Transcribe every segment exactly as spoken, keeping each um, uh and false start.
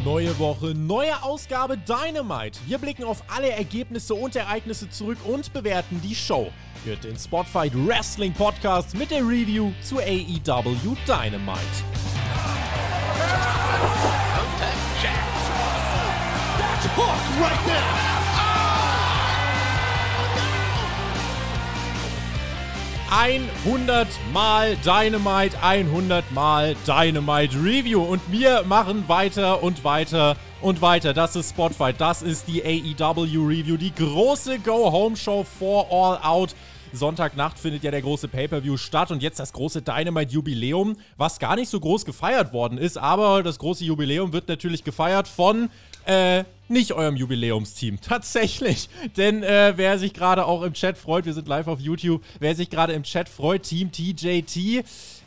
Neue Woche, neue Ausgabe Dynamite. Wir blicken auf alle Ergebnisse und Ereignisse zurück und bewerten die Show. Hört den Spotfight Wrestling Podcast mit der Review zu A E W Dynamite. That's Hook right there. hundert Mal Dynamite, hundert Mal Dynamite Review und wir machen weiter und weiter und weiter. Das ist Spotfight, das ist die A E W Review, die große Go-Home-Show for All Out. Sonntagnacht findet ja der große Pay-Per-View statt und jetzt das große Dynamite-Jubiläum, was gar nicht so groß gefeiert worden ist, aber das große Jubiläum wird natürlich gefeiert von, äh, nicht eurem Jubiläumsteam, tatsächlich. Denn äh, wer sich gerade auch im Chat freut, wir sind live auf YouTube, wer sich gerade im Chat freut, Team T J T,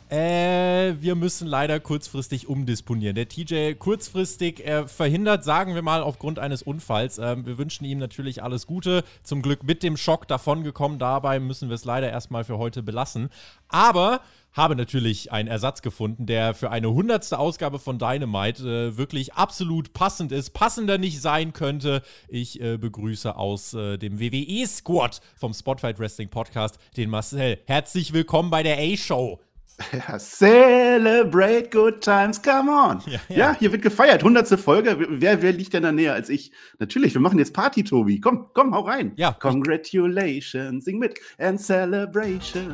äh, wir müssen leider kurzfristig umdisponieren. Der T J kurzfristig äh, verhindert, sagen wir mal, aufgrund eines Unfalls. Ähm, wir wünschen ihm natürlich alles Gute. Zum Glück mit dem Schock davongekommen. Dabei müssen wir es leider erstmal für heute belassen. Aber habe natürlich einen Ersatz gefunden, der für eine hundertste Ausgabe von Dynamite äh, wirklich absolut passend ist, passender nicht sein könnte. Ich äh, begrüße aus äh, dem W W E-Squad vom Spotfight Wrestling Podcast den Marcel. Herzlich willkommen bei der A-Show. Ja, celebrate good times, come on. Ja, ja. ja, hier wird gefeiert, hundertste Folge. Wer, wer liegt denn da näher als ich? Natürlich, wir machen jetzt Party, Tobi. Komm, komm, hau rein. Ja. Congratulations, sing mit. And celebrations.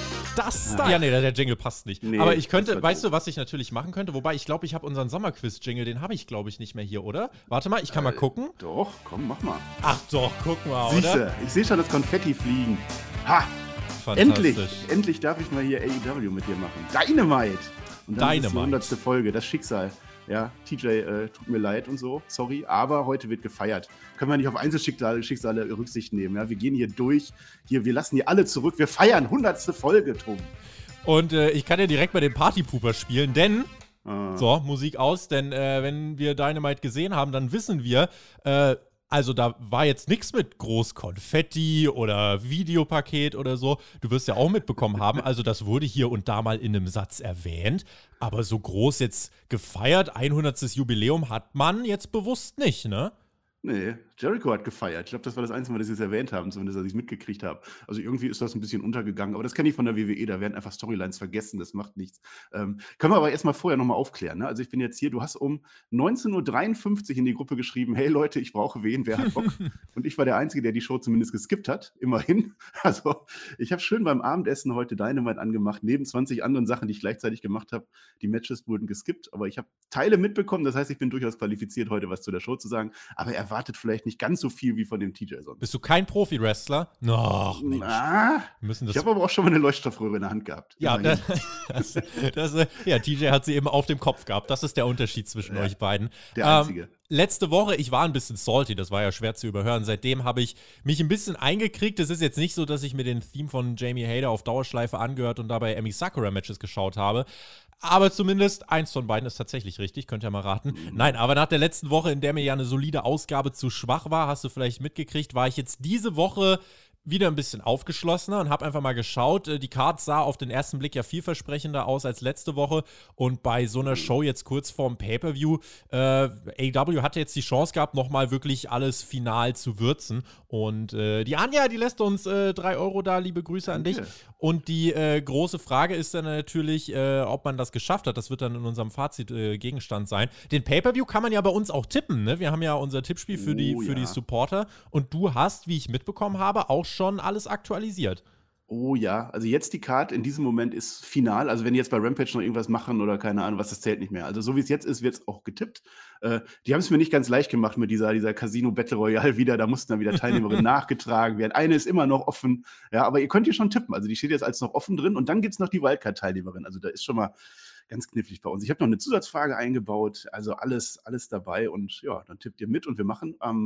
Das da. Ja, nee, der Jingle passt nicht. Nee, aber ich könnte, weißt du, was ich natürlich machen könnte? Wobei, ich glaube, ich habe unseren Sommerquiz-Jingle, den habe ich, glaube ich, nicht mehr hier, oder? Warte mal, ich kann äh, mal gucken. Doch, komm, mach mal. Ach doch, guck mal, Siehste, oder? Ich sehe schon das Konfetti fliegen. Ha! Endlich, endlich darf ich mal hier A E W mit dir machen. Dynamite! Und dann Dynamite. ist die hundertste Folge, das Schicksal. Ja, T J, äh, tut mir leid und so, sorry, aber heute wird gefeiert. Können wir nicht auf Einzelschicksale Schicksale Rücksicht nehmen, ja? Wir gehen hier durch, hier, wir lassen hier alle zurück, wir feiern hundertste Folge, Tom. Und äh, ich kann ja direkt bei den Partypooper spielen, denn, ah. so, Musik aus, denn äh, wenn wir Dynamite gesehen haben, dann wissen wir, äh, also da war jetzt nichts mit groß Konfetti oder Videopaket oder so. Du wirst ja auch mitbekommen haben, also das wurde hier und da mal in einem Satz erwähnt. Aber so groß jetzt gefeiert, hundertstes Jubiläum hat man jetzt bewusst nicht, ne? Nee, Jericho hat gefeiert. Ich glaube, das war das Einzige Mal, dass sie es erwähnt haben, zumindest, als ich es mitgekriegt habe. Also irgendwie ist das ein bisschen untergegangen, aber das kenne ich von der W W E, da werden einfach Storylines vergessen, das macht nichts. Ähm, können wir aber erstmal vorher nochmal aufklären. Ne? Also ich bin jetzt hier, du hast um neunzehn Uhr dreiundfünfzig in die Gruppe geschrieben, hey Leute, ich brauche wen, wer hat Bock? Und ich war der Einzige, der die Show zumindest geskippt hat, immerhin. Also ich habe schön beim Abendessen heute Dynamite angemacht, neben zwanzig anderen Sachen, die ich gleichzeitig gemacht habe. Die Matches wurden geskippt, aber ich habe Teile mitbekommen, das heißt, ich bin durchaus qualifiziert, heute was zu der Show zu sagen, aber erwartet vielleicht nicht ganz so viel wie von dem T J sonst. Bist du kein Profi-Wrestler? Noch Mensch. Na, müssen das ich habe aber auch schon mal eine Leuchtstoffröhre in der Hand gehabt. Ja, das, das, das, ja, T J hat sie eben auf dem Kopf gehabt. Das ist der Unterschied zwischen ja, euch beiden. Der einzige. Ähm, letzte Woche, ich war ein bisschen salty, das war ja schwer zu überhören. Seitdem habe ich mich ein bisschen eingekriegt. Es ist jetzt nicht so, dass ich mir den Theme von Jamie Hayter auf Dauerschleife angehört und dabei Emi Sakura-Matches geschaut habe. Aber zumindest eins von beiden ist tatsächlich richtig, könnt ihr mal raten. Mhm. Nein, aber nach der letzten Woche, in der mir ja eine solide Ausgabe zu schwach war, hast du vielleicht mitgekriegt, war ich jetzt diese Woche wieder ein bisschen aufgeschlossener und habe einfach mal geschaut. Die Card sah auf den ersten Blick ja vielversprechender aus als letzte Woche und bei so einer Show jetzt kurz vorm Pay-Per-View, äh, A E W hatte jetzt die Chance gehabt, nochmal wirklich alles final zu würzen und äh, die Anja, die lässt uns äh, drei Euro da, liebe Grüße an dich. Und die äh, große Frage ist dann natürlich, äh, ob man das geschafft hat. Das wird dann in unserem Fazit äh, Gegenstand sein. Den Pay-Per-View kann man ja bei uns auch tippen, ne? Wir haben ja unser Tippspiel für, die, oh, für ja. die Supporter und du hast, wie ich mitbekommen habe, auch schon alles aktualisiert. Oh ja, also jetzt die Card in diesem Moment ist final. Also wenn die jetzt bei Rampage noch irgendwas machen oder keine Ahnung was, das zählt nicht mehr. Also so wie es jetzt ist, wird es auch getippt. Äh, die haben es mir nicht ganz leicht gemacht mit dieser, dieser Casino Battle Royale wieder. Da mussten dann wieder Teilnehmerinnen nachgetragen werden. Eine ist immer noch offen. Ja, aber ihr könnt hier schon tippen. Also die steht jetzt als noch offen drin. Und dann gibt es noch die Wildcard-Teilnehmerin. Also da ist schon mal ganz knifflig bei uns. Ich habe noch eine Zusatzfrage eingebaut. Also alles, alles dabei. Und ja, dann tippt ihr mit und wir machen am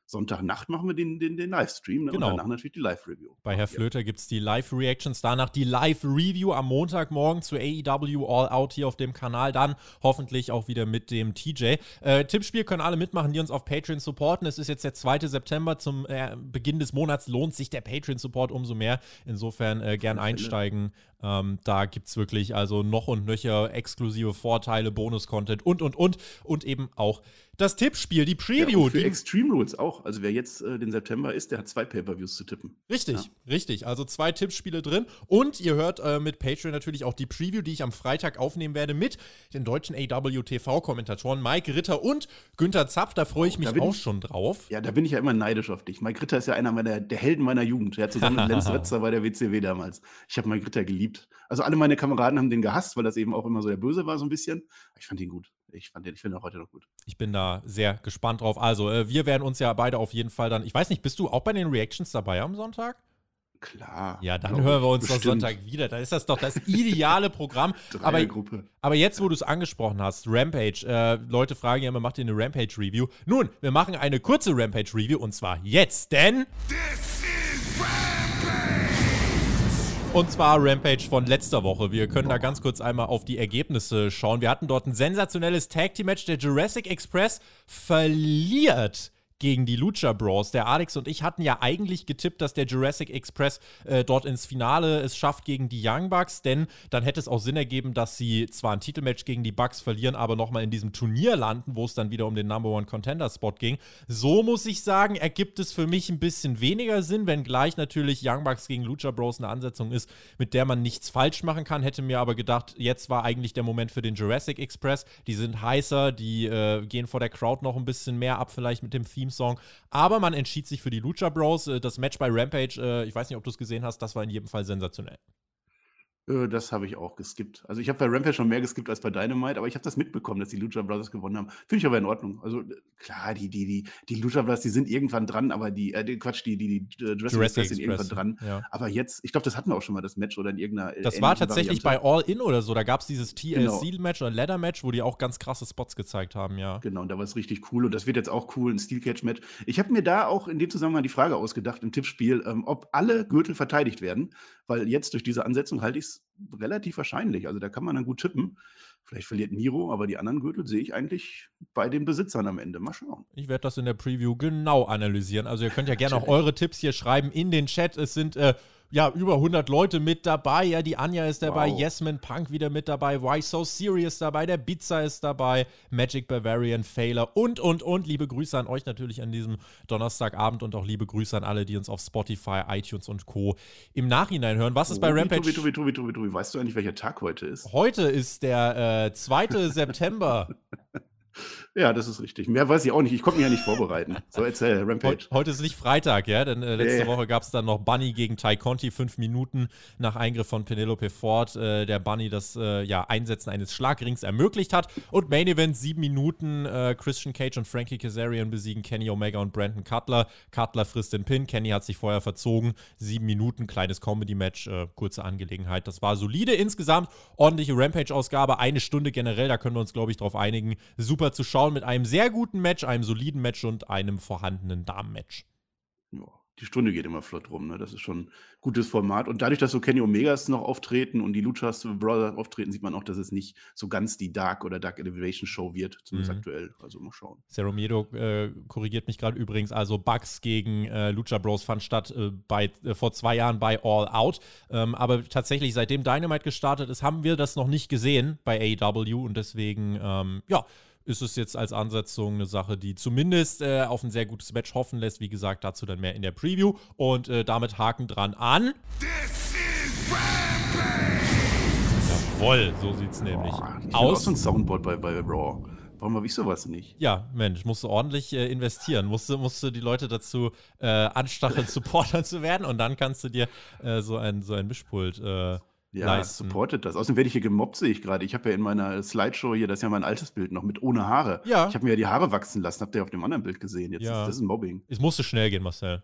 Sonntagnacht machen wir den, den, den Livestream, ne? Genau. Und danach natürlich die Live-Review. Bei Herr Flöter gibt es die Live-Reactions, danach die Live-Review am Montagmorgen zu A E W All Out hier auf dem Kanal, dann hoffentlich auch wieder mit dem T J. Äh, Tippspiel können alle mitmachen, die uns auf Patreon supporten. Es ist jetzt der zweite September, zum äh, Beginn des Monats lohnt sich der Patreon-Support umso mehr. Insofern äh, gern einsteigen. Ähm, da gibt es wirklich also noch und nöcher exklusive Vorteile, Bonus-Content und, und, und. Und eben auch das Tippspiel, die Preview. Ja, und für die Extreme Rules auch. Also wer jetzt äh, den September ist, der hat zwei Pay-Per-Views zu tippen. Richtig, ja. richtig. Also zwei Tippspiele drin. Und ihr hört äh, mit Patreon natürlich auch die Preview, die ich am Freitag aufnehmen werde mit den deutschen A E W T V-Kommentatoren Mike Ritter und Günther Zapf. Da freue ich mich auch ich, schon drauf. Ja, da bin ich ja immer neidisch auf dich. Mike Ritter ist ja einer meiner, der Helden meiner Jugend. Der hat zusammen mit Lenz Retzer bei der W C W damals. Ich habe Mike Ritter geliebt. Also alle meine Kameraden haben den gehasst, weil das eben auch immer so der Böse war so ein bisschen. Ich fand ihn gut. Ich fand den, ich finde ihn auch heute noch gut. Ich bin da sehr gespannt drauf. Also, äh, wir werden uns ja beide auf jeden Fall dann, ich weiß nicht, bist du auch bei den Reactions dabei am Sonntag? Klar. Ja, dann hören wir uns doch Sonntag wieder. Dann ist das doch das ideale Programm. aber, aber jetzt, wo du es angesprochen hast, Rampage, äh, Leute fragen ja immer, macht ihr eine Rampage-Review? Nun, wir machen eine kurze Rampage-Review und zwar jetzt, denn This is Rampage! Und zwar Rampage von letzter Woche. Wir können da ganz kurz einmal auf die Ergebnisse schauen. Wir hatten dort ein sensationelles Tag-Team-Match. Der Jurassic Express verliert gegen die Lucha Bros. Der Alex und ich hatten ja eigentlich getippt, dass der Jurassic Express äh, dort ins Finale es schafft gegen die Young Bucks, denn dann hätte es auch Sinn ergeben, dass sie zwar ein Titelmatch gegen die Bucks verlieren, aber nochmal in diesem Turnier landen, wo es dann wieder um den Number One Contender Spot ging. So muss ich sagen, ergibt es für mich ein bisschen weniger Sinn, wenngleich natürlich Young Bucks gegen Lucha Bros eine Ansetzung ist, mit der man nichts falsch machen kann. Hätte mir aber gedacht, jetzt war eigentlich der Moment für den Jurassic Express. Die sind heißer, die äh, gehen vor der Crowd noch ein bisschen mehr ab, vielleicht mit dem Theme Song. Aber man entschied sich für die Lucha Bros. Das Match bei Rampage, ich weiß nicht, ob du es gesehen hast, das war in jedem Fall sensationell. Das habe ich auch geskippt. Also ich habe bei Rampage schon mehr geskippt als bei Dynamite, aber ich habe das mitbekommen, dass die Lucha Brothers gewonnen haben. Finde ich aber in Ordnung. Also klar, die, die, die, die Lucha Brothers, die sind irgendwann dran, aber die, äh, Quatsch, die, die, die Jurassic, Jurassic Express sind irgendwann dran. Ja. Aber jetzt, ich glaube, das hatten wir auch schon mal, das Match oder in irgendeiner Das war tatsächlich Variante. Bei All In oder so, da gab es dieses T L C-Match genau. oder Ladder-Match, wo die auch ganz krasse Spots gezeigt haben, ja. Genau, und da war es richtig cool und das wird jetzt auch cool, ein Steel Cage-Match. Ich habe mir da auch in dem Zusammenhang die Frage ausgedacht im Tippspiel, ähm, ob alle Gürtel verteidigt werden, weil jetzt durch diese Ansetzung halte ich es relativ wahrscheinlich. Also da kann man dann gut tippen. Vielleicht verliert Miro, aber die anderen Gürtel sehe ich eigentlich bei den Besitzern am Ende. Mal schauen. Ich werde das in der Preview genau analysieren. Also ihr könnt ja gerne auch eure Tipps hier schreiben in den Chat. Es sind äh, ja über hundert Leute mit dabei. Ja, die Anja ist dabei, wow. Yasmin Punk wieder mit dabei, Why So Serious dabei, der Bizza ist dabei, Magic Bavarian, Failer und, und, und. Liebe Grüße an euch natürlich an diesem Donnerstagabend und auch liebe Grüße an alle, die uns auf Spotify, iTunes und Co. im Nachhinein hören. Was ist bei Rampage? Tobi, Tobi, Tobi, Tobi, Tobi, weißt du eigentlich, welcher Tag heute ist? Heute ist der äh, zweite September. Ja, das ist richtig. Mehr weiß ich auch nicht. Ich konnte mich ja nicht vorbereiten. So, erzähl, Rampage. Heute, heute ist nicht Freitag, ja, denn äh, letzte äh. Woche gab es dann noch Bunny gegen Ty Conti, fünf Minuten nach Eingriff von Penelope Ford, äh, der Bunny das äh, ja, Einsetzen eines Schlagrings ermöglicht hat. Und Main Event, sieben Minuten, äh, Christian Cage und Frankie Kazarian besiegen Kenny Omega und Brandon Cutler. Cutler frisst den Pin, Kenny hat sich vorher verzogen. Sieben Minuten, kleines Comedy-Match, äh, kurze Angelegenheit. Das war solide insgesamt, ordentliche Rampage-Ausgabe, eine Stunde generell, da können wir uns, glaube ich, drauf einigen. Super zu schauen mit einem sehr guten Match, einem soliden Match und einem vorhandenen Damen-Match. Ja, die Stunde geht immer flott rum, ne? Das ist schon ein gutes Format. Und dadurch, dass so Kenny Omegas noch auftreten und die Luchas Brothers auftreten, sieht man auch, dass es nicht so ganz die Dark oder Dark Elevation Show wird, zumindest mhm. aktuell. Also mal schauen. Cerro Miedo äh, korrigiert mich gerade übrigens. Also Bucks gegen äh, Lucha Bros fand statt äh, bei, äh, vor zwei Jahren bei All Out. Ähm, aber tatsächlich, seitdem Dynamite gestartet ist, haben wir das noch nicht gesehen bei A E W und deswegen, ähm, ja, ist es jetzt als Ansetzung eine Sache, die zumindest äh, auf ein sehr gutes Match hoffen lässt. Wie gesagt, dazu dann mehr in der Preview. Und äh, damit Haken dran an. This is Rampage! Jawohl, so sieht's nämlich Boah, ich aus. Ich so ein Soundboard bei, bei Raw. Warum habe ich sowas nicht? Ja, Mensch, musst du ordentlich äh, investieren. Musst du, musst du die Leute dazu äh, anstacheln, Supporter zu werden. Und dann kannst du dir äh, so ein, so ein Mischpult äh, Ja, leisten. supportet das. Außerdem werde ich hier gemobbt, sehe ich gerade. Ich habe ja in meiner Slideshow hier, das ist ja mein altes Bild noch, mit ohne Haare. Ja. Ich habe mir ja die Haare wachsen lassen, habt ihr auf dem anderen Bild gesehen. Jetzt Ja. ist das ist ein Mobbing. Es musste schnell gehen, Marcel.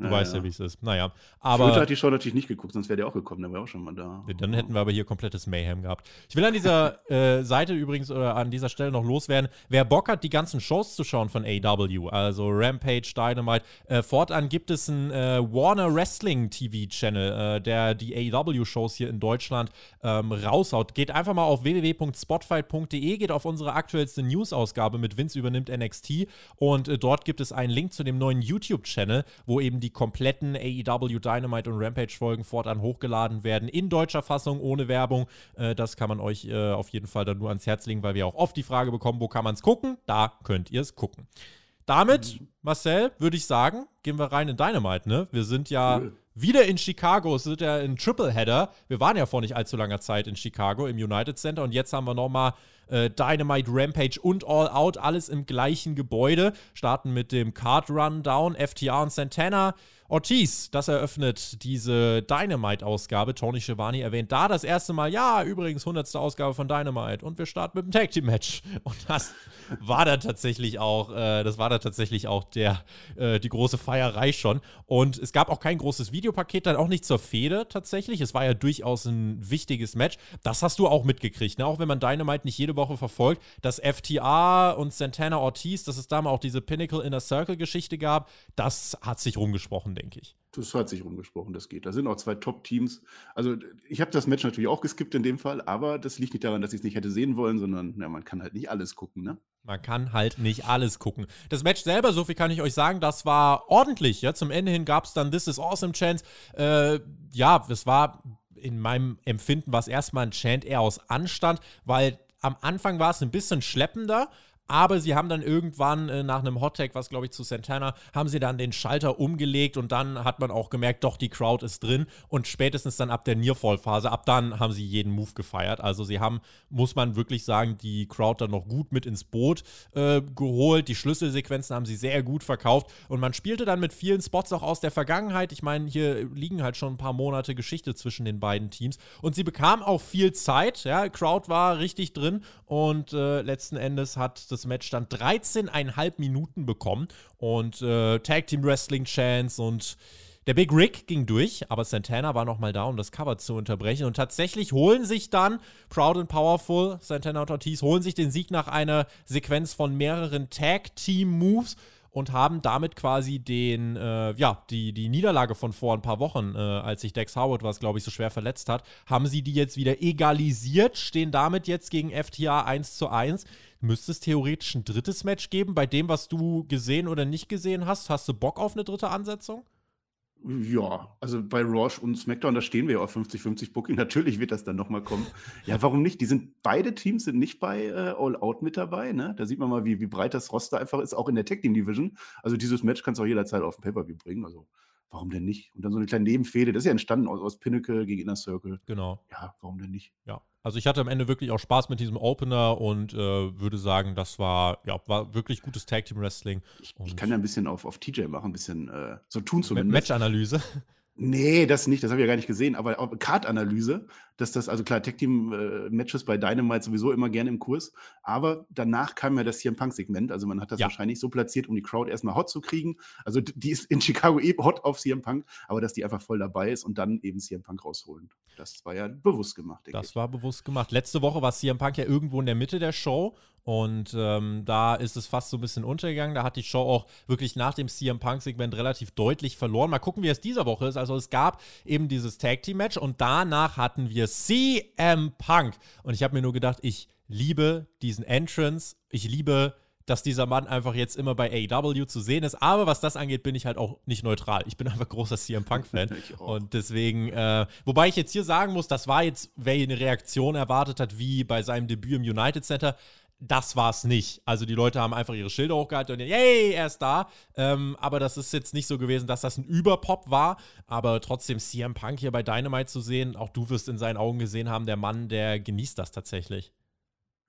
Du Ja, weißt ja, ja. wie es ist. Naja, Flöte aber hat die Show natürlich nicht geguckt, sonst wäre der auch gekommen, der war auch schon mal da. dann hätten wir aber hier komplettes Mayhem gehabt. Ich will an dieser äh, Seite übrigens oder an dieser Stelle noch loswerden, wer Bock hat, die ganzen Shows zu schauen von A E W, also Rampage, Dynamite, äh, fortan gibt es einen äh, Warner Wrestling T V-Channel, äh, der die A E W-Shows hier in Deutschland ähm, raushaut. Geht einfach mal auf w w w punkt spotfight punkt d e, geht auf unsere aktuellste News-Ausgabe mit Vince übernimmt N X T und äh, dort gibt es einen Link zu dem neuen YouTube-Channel, wo eben die kompletten A E W, Dynamite und Rampage-Folgen fortan hochgeladen werden, in deutscher Fassung, ohne Werbung. Äh, das kann man euch äh, auf jeden Fall dann nur ans Herz legen, weil wir auch oft die Frage bekommen, wo kann man es gucken? Da könnt ihr es gucken. Damit, Marcel, würde ich sagen, gehen wir rein in Dynamite, ne? Wir sind ja Cool. wieder in Chicago, es wird ja ein Tripleheader. Wir waren ja vor nicht allzu langer Zeit in Chicago im United Center und jetzt haben wir nochmal äh, Dynamite, Rampage und All Out, alles im gleichen Gebäude. Starten mit dem Card Rundown, F T R und Santana. Ortiz, das eröffnet diese Dynamite-Ausgabe. Tony Schiavone erwähnt da das erste Mal, ja, übrigens hundertste Ausgabe von Dynamite und wir starten mit dem Tag-Team-Match. Und das war da tatsächlich auch, äh, das war da tatsächlich auch der, äh, die große Feierei schon. Und es gab auch kein großes Videopaket, dann auch nicht zur Fehde tatsächlich. Es war ja durchaus ein wichtiges Match. Das hast du auch mitgekriegt, ne? Auch wenn man Dynamite nicht jede Woche verfolgt, dass F T R und Santana Ortiz, dass es da mal auch diese Pinnacle Inner Circle-Geschichte gab, das hat sich rumgesprochen, denke ich. Das hat sich rumgesprochen, das geht. Da sind auch zwei Top-Teams. Also ich habe das Match natürlich auch geskippt in dem Fall, aber das liegt nicht daran, dass ich es nicht hätte sehen wollen, sondern ja, man kann halt nicht alles gucken, ne? Man kann halt nicht alles gucken. Das Match selber, so viel kann ich euch sagen, das war ordentlich. Ja? Zum Ende hin gab es dann This is Awesome Chants. Äh, ja, es war in meinem Empfinden was erstmal ein Chant eher aus Anstand, weil am Anfang war es ein bisschen schleppender. Aber sie haben dann irgendwann äh, nach einem Hot-Tag, was glaube ich zu Santana, haben sie dann den Schalter umgelegt und dann hat man auch gemerkt, doch, die Crowd ist drin und spätestens dann ab der Nearfall-Phase, ab dann haben sie jeden Move gefeiert. Also sie haben, muss man wirklich sagen, die Crowd dann noch gut mit ins Boot äh, geholt. Die Schlüsselsequenzen haben sie sehr gut verkauft und man spielte dann mit vielen Spots auch aus der Vergangenheit. Ich meine, hier liegen halt schon ein paar Monate Geschichte zwischen den beiden Teams und sie bekamen auch viel Zeit. Ja, Crowd war richtig drin und äh, letzten Endes hat das Match dann dreizehn Komma fünf Minuten bekommen und äh, Tag Team Wrestling Chance und der Big Rick ging durch, aber Santana war nochmal da, um das Cover zu unterbrechen und tatsächlich holen sich dann Proud and Powerful, Santana und Ortiz, holen sich den Sieg nach einer Sequenz von mehreren Tag Team Moves und haben damit quasi den, äh, ja, die, die Niederlage von vor ein paar Wochen, äh, als sich Dex Howard, was glaube ich so schwer verletzt hat, haben sie die jetzt wieder egalisiert, stehen damit jetzt gegen F T R eins zu eins. Müsste es theoretisch ein drittes Match geben, bei dem, was du gesehen oder nicht gesehen hast? Hast du Bock auf eine dritte Ansetzung? Ja, also bei Raw und SmackDown, da stehen wir ja auf fünfzig fünfzig Booking. Natürlich wird das dann nochmal kommen. Ja, warum nicht? Die sind, beide Teams sind nicht bei äh, All Out mit dabei, ne? Da sieht man mal, wie, wie breit das Roster einfach ist, auch in der Tag Team Division. Also dieses Match kannst du auch jederzeit auf den Pay-Per-View bringen. Also warum denn nicht? Und dann so eine kleine Nebenfehde, das ist ja entstanden aus, aus Pinnacle gegen Inner Circle. Genau. Ja, warum denn nicht? Ja, also ich hatte am Ende wirklich auch Spaß mit diesem Opener und äh, würde sagen, das war, ja, war wirklich gutes Tag Team Wrestling. Ich, ich kann ja ein bisschen auf, auf T J machen, ein bisschen äh, so tun zumindest. Match-Analyse. Nee, das nicht, das habe ich ja gar nicht gesehen, aber auch Card-Analyse, dass das, also klar, Tag-Team-Matches bei Dynamite sowieso immer gerne im Kurs, aber danach kam ja das C M Punk-Segment, also man hat das Ja. wahrscheinlich so platziert, um die Crowd erstmal hot zu kriegen, also d- die ist in Chicago eh hot auf C M Punk, aber dass die einfach voll dabei ist und dann eben C M Punk rausholen. Das war ja bewusst gemacht, denke Das ich. war bewusst gemacht. Letzte Woche war C M Punk ja irgendwo in der Mitte der Show und ähm, da ist es fast so ein bisschen untergegangen. Da hat die Show auch wirklich nach dem C M Punk-Segment relativ deutlich verloren. Mal gucken, wie es diese Woche ist. Also es gab eben dieses Tag-Team-Match und danach hatten wir C M Punk. Und ich habe mir nur gedacht, ich liebe diesen Entrance. Ich liebe, dass dieser Mann einfach jetzt immer bei A E W zu sehen ist. Aber was das angeht, bin ich halt auch nicht neutral. Ich bin einfach großer C M Punk-Fan. Ich auch. Und deswegen, äh, wobei ich jetzt hier sagen muss, das war jetzt, wer eine Reaktion erwartet hat, wie bei seinem Debüt im United Center, das war es nicht. Also die Leute haben einfach ihre Schilder hochgehalten und yay, er ist da. Ähm, aber das ist jetzt nicht so gewesen, dass das ein Überpop war. Aber trotzdem C M Punk hier bei Dynamite zu sehen, auch du wirst in seinen Augen gesehen haben, der Mann, der genießt das tatsächlich.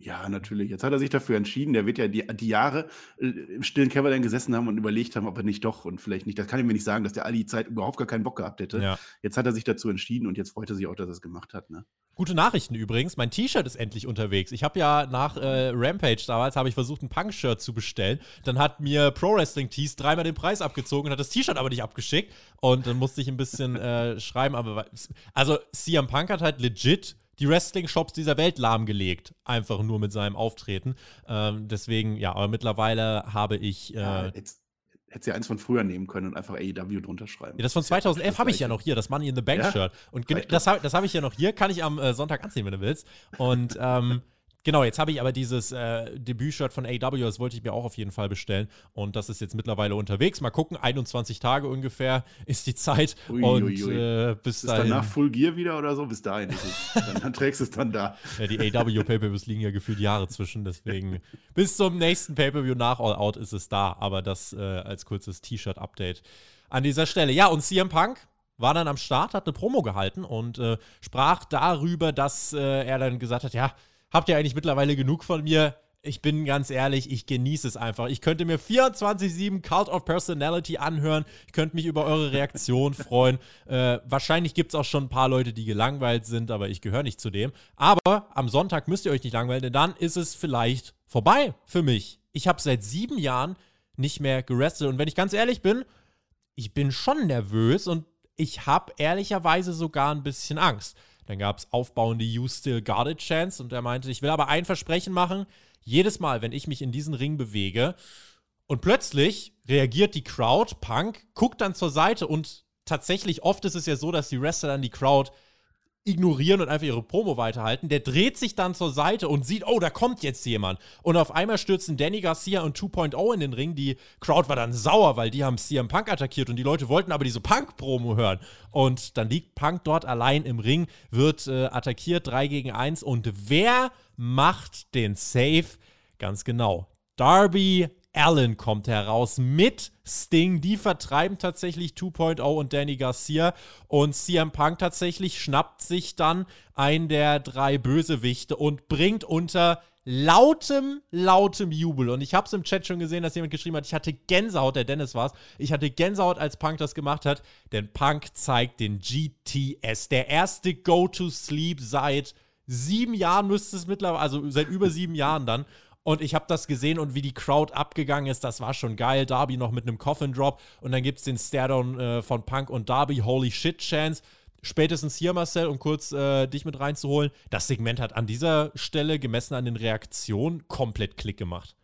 Ja, natürlich. Jetzt hat er sich dafür entschieden. Der wird ja die die Jahre, äh, im stillen Kämmerlein gesessen haben und überlegt haben, ob er nicht doch und vielleicht nicht. Das kann ich mir nicht sagen, dass der all die Zeit überhaupt gar keinen Bock gehabt hätte. Ja. Jetzt hat er sich dazu entschieden und jetzt freut er sich auch, dass er es gemacht hat, ne? Gute Nachrichten übrigens, mein T-Shirt ist endlich unterwegs. Ich habe ja nach äh, Rampage damals, habe ich versucht, ein Punk-Shirt zu bestellen. Dann hat mir Pro Wrestling Tees dreimal den Preis abgezogen und hat das T-Shirt aber nicht abgeschickt. Und dann musste ich ein bisschen äh, schreiben. Aber also C M Punk hat halt legit die Wrestling-Shops dieser Welt lahmgelegt. Einfach nur mit seinem Auftreten. Ähm, deswegen, ja, aber mittlerweile habe ich... Äh, Ja, jetzt hättest ja eins von früher nehmen können und einfach A E W drunter schreiben. Ja, das von Ist ja zweitausendelf das habe ich ja Gleiche. noch hier, das Money in the Bank Ja, Shirt. Und gen- reicht das doch. habe das hab ich ja noch hier, kann ich am äh, Sonntag anziehen, wenn du willst. Und ähm, genau, jetzt habe ich aber dieses äh, Debüt-Shirt von A E W, das wollte ich mir auch auf jeden Fall bestellen. Und das ist jetzt mittlerweile unterwegs. Mal gucken, einundzwanzig Tage ungefähr ist die Zeit. Ui, und ui, ui. Äh, bis Ist es dahin. danach Full Gear wieder oder so? Bis dahin ist es. Dann, dann trägst du es dann da. Ja, die A E W Pay-Per-Views liegen ja gefühlt Jahre zwischen, deswegen bis zum nächsten Pay-Per-View nach All Out ist es da, aber das äh, als kurzes T-Shirt-Update an dieser Stelle. Ja, und C M Punk war dann am Start, hat eine Promo gehalten und äh, sprach darüber, dass äh, er dann gesagt hat, ja, habt ihr eigentlich mittlerweile genug von mir? Ich bin ganz ehrlich, ich genieße es einfach. Ich könnte mir vierundzwanzig sieben Cult of Personality anhören. Ich könnte mich über eure Reaktion freuen. Äh, wahrscheinlich gibt es auch schon ein paar Leute, die gelangweilt sind, aber ich gehöre nicht zu dem. Aber am Sonntag müsst ihr euch nicht langweilen, denn dann ist es vielleicht vorbei für mich. Ich habe seit sieben Jahren nicht mehr gewrestelt. Und wenn ich ganz ehrlich bin, ich bin schon nervös und ich habe ehrlicherweise sogar ein bisschen Angst. Dann gab es aufbauende You Still Got It Chance und er meinte, ich will aber ein Versprechen machen. Jedes Mal, wenn ich mich in diesen Ring bewege und plötzlich reagiert die Crowd, Punk, guckt dann zur Seite und tatsächlich oft ist es ja so, dass die Wrestler dann die Crowd ignorieren und einfach ihre Promo weiterhalten. Der dreht sich dann zur Seite und sieht, oh, da kommt jetzt jemand. Und auf einmal stürzen Danny Garcia und zwei Punkt null in den Ring. Die Crowd war dann sauer, weil die haben C M Punk attackiert und die Leute wollten aber diese Punk-Promo hören. Und dann liegt Punk dort allein im Ring, wird äh, attackiert, drei gegen eins. Und wer macht den Save? Ganz genau. Darby Allin kommt heraus mit Sting. Die vertreiben tatsächlich zwei Punkt null und Danny Garcia. Und C M Punk tatsächlich schnappt sich dann einen der drei Bösewichte und bringt unter lautem, lautem Jubel. Und ich habe es im Chat schon gesehen, dass jemand geschrieben hat, ich hatte Gänsehaut, der Dennis war's. Ich hatte Gänsehaut, als Punk das gemacht hat. Denn Punk zeigt den G T S. Der erste Go-to-Sleep seit sieben Jahren müsste es mittlerweile, also seit über sieben Jahren dann. Und ich habe das gesehen und wie die Crowd abgegangen ist, das war schon geil. Darby noch mit einem Coffin Drop und dann gibt es den Staredown äh, von Punk und Darby, Holy Shit Chance. Spätestens hier, Marcel, um kurz äh, dich mit reinzuholen, das Segment hat an dieser Stelle, gemessen an den Reaktionen, komplett Klick gemacht.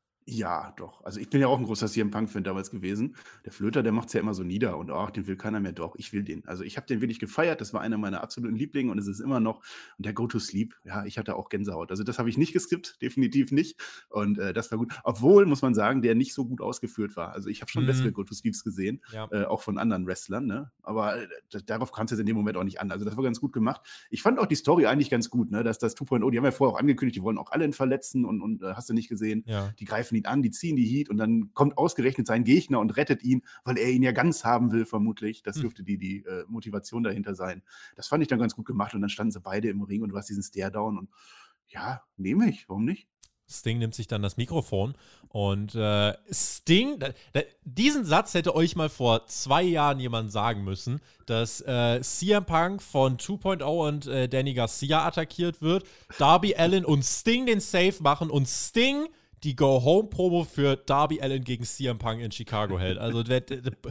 Ja, doch. Also, ich bin ja auch ein großer C M Punk-Fan damals gewesen. Der Flöter, der macht's ja immer so nieder und: „Ach, den will keiner mehr.“ Doch, ich will den. Also, ich habe den wirklich gefeiert. Das war einer meiner absoluten Lieblinge und es ist immer noch. Und der Go to Sleep, ja, ich hatte auch Gänsehaut. Also, das habe ich nicht geskippt, definitiv nicht. Und, äh, das war gut. Obwohl, muss man sagen, der nicht so gut ausgeführt war. Also, ich habe schon Mhm. bessere Go to Sleeps gesehen, Ja. äh, auch von anderen Wrestlern, ne? Aber, äh, d darauf kam's jetzt in dem Moment auch nicht an. Also, das war ganz gut gemacht. Ich fand auch die Story eigentlich ganz gut, ne, dass das zwei Punkt null, die haben ja vorher auch angekündigt, die wollen auch alle ihn verletzen und und, äh, hast du nicht gesehen. Ja. Die greifen ihn an, die ziehen die Heat und dann kommt ausgerechnet sein Gegner und rettet ihn, weil er ihn ja ganz haben will, vermutlich. Das Hm. dürfte die, die äh, Motivation dahinter sein. Das fand ich dann ganz gut gemacht und dann standen sie beide im Ring und du hast diesen Stare-Down und ja, nehme ich, warum nicht? Sting nimmt sich dann das Mikrofon und äh, Sting, da, da, diesen Satz hätte euch mal vor zwei Jahren jemand sagen müssen, dass äh, C M Punk von zwei Punkt null und äh, Danny Garcia attackiert wird, Darby Allin und Sting den Save machen und Sting die Go-Home-Promo für Darby Allin gegen C M Punk in Chicago hält. Also, d- d- d-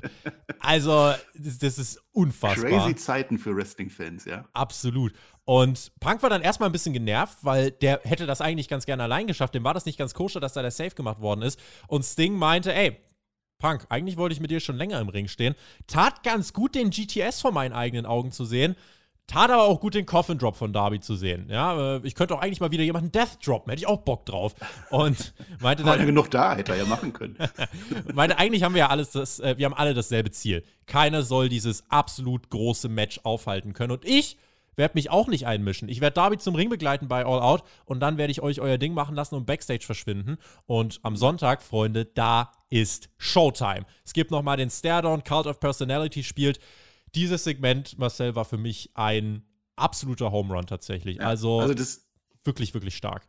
also das, das ist unfassbar. Crazy Zeiten für Wrestling-Fans, ja. Absolut. Und Punk war dann erstmal ein bisschen genervt, weil der hätte das eigentlich ganz gerne allein geschafft. Dem war das nicht ganz koscher, dass da der Save gemacht worden ist. Und Sting meinte, ey, Punk, eigentlich wollte ich mit dir schon länger im Ring stehen. Tat ganz gut, den G T S vor meinen eigenen Augen zu sehen. Tat aber auch gut, den Coffin Drop von Darby zu sehen. Ja, äh, ich könnte auch eigentlich mal wieder jemanden Death droppen, hätte ich auch Bock drauf. Und meinte War ja dann, genug da, hätte er ja machen können. meinte, eigentlich haben wir ja alles das, äh, wir haben alle dasselbe Ziel. Keiner soll dieses absolut große Match aufhalten können. Und ich werde mich auch nicht einmischen. Ich werde Darby zum Ring begleiten bei All Out und dann werde ich euch euer Ding machen lassen und Backstage verschwinden. Und am Sonntag, Freunde, da ist Showtime. Es gibt nochmal den Staredown, Cult of Personality spielt. Dieses Segment, Marcel, war für mich ein absoluter Home Run tatsächlich. Ja, Also, also das, wirklich, wirklich stark.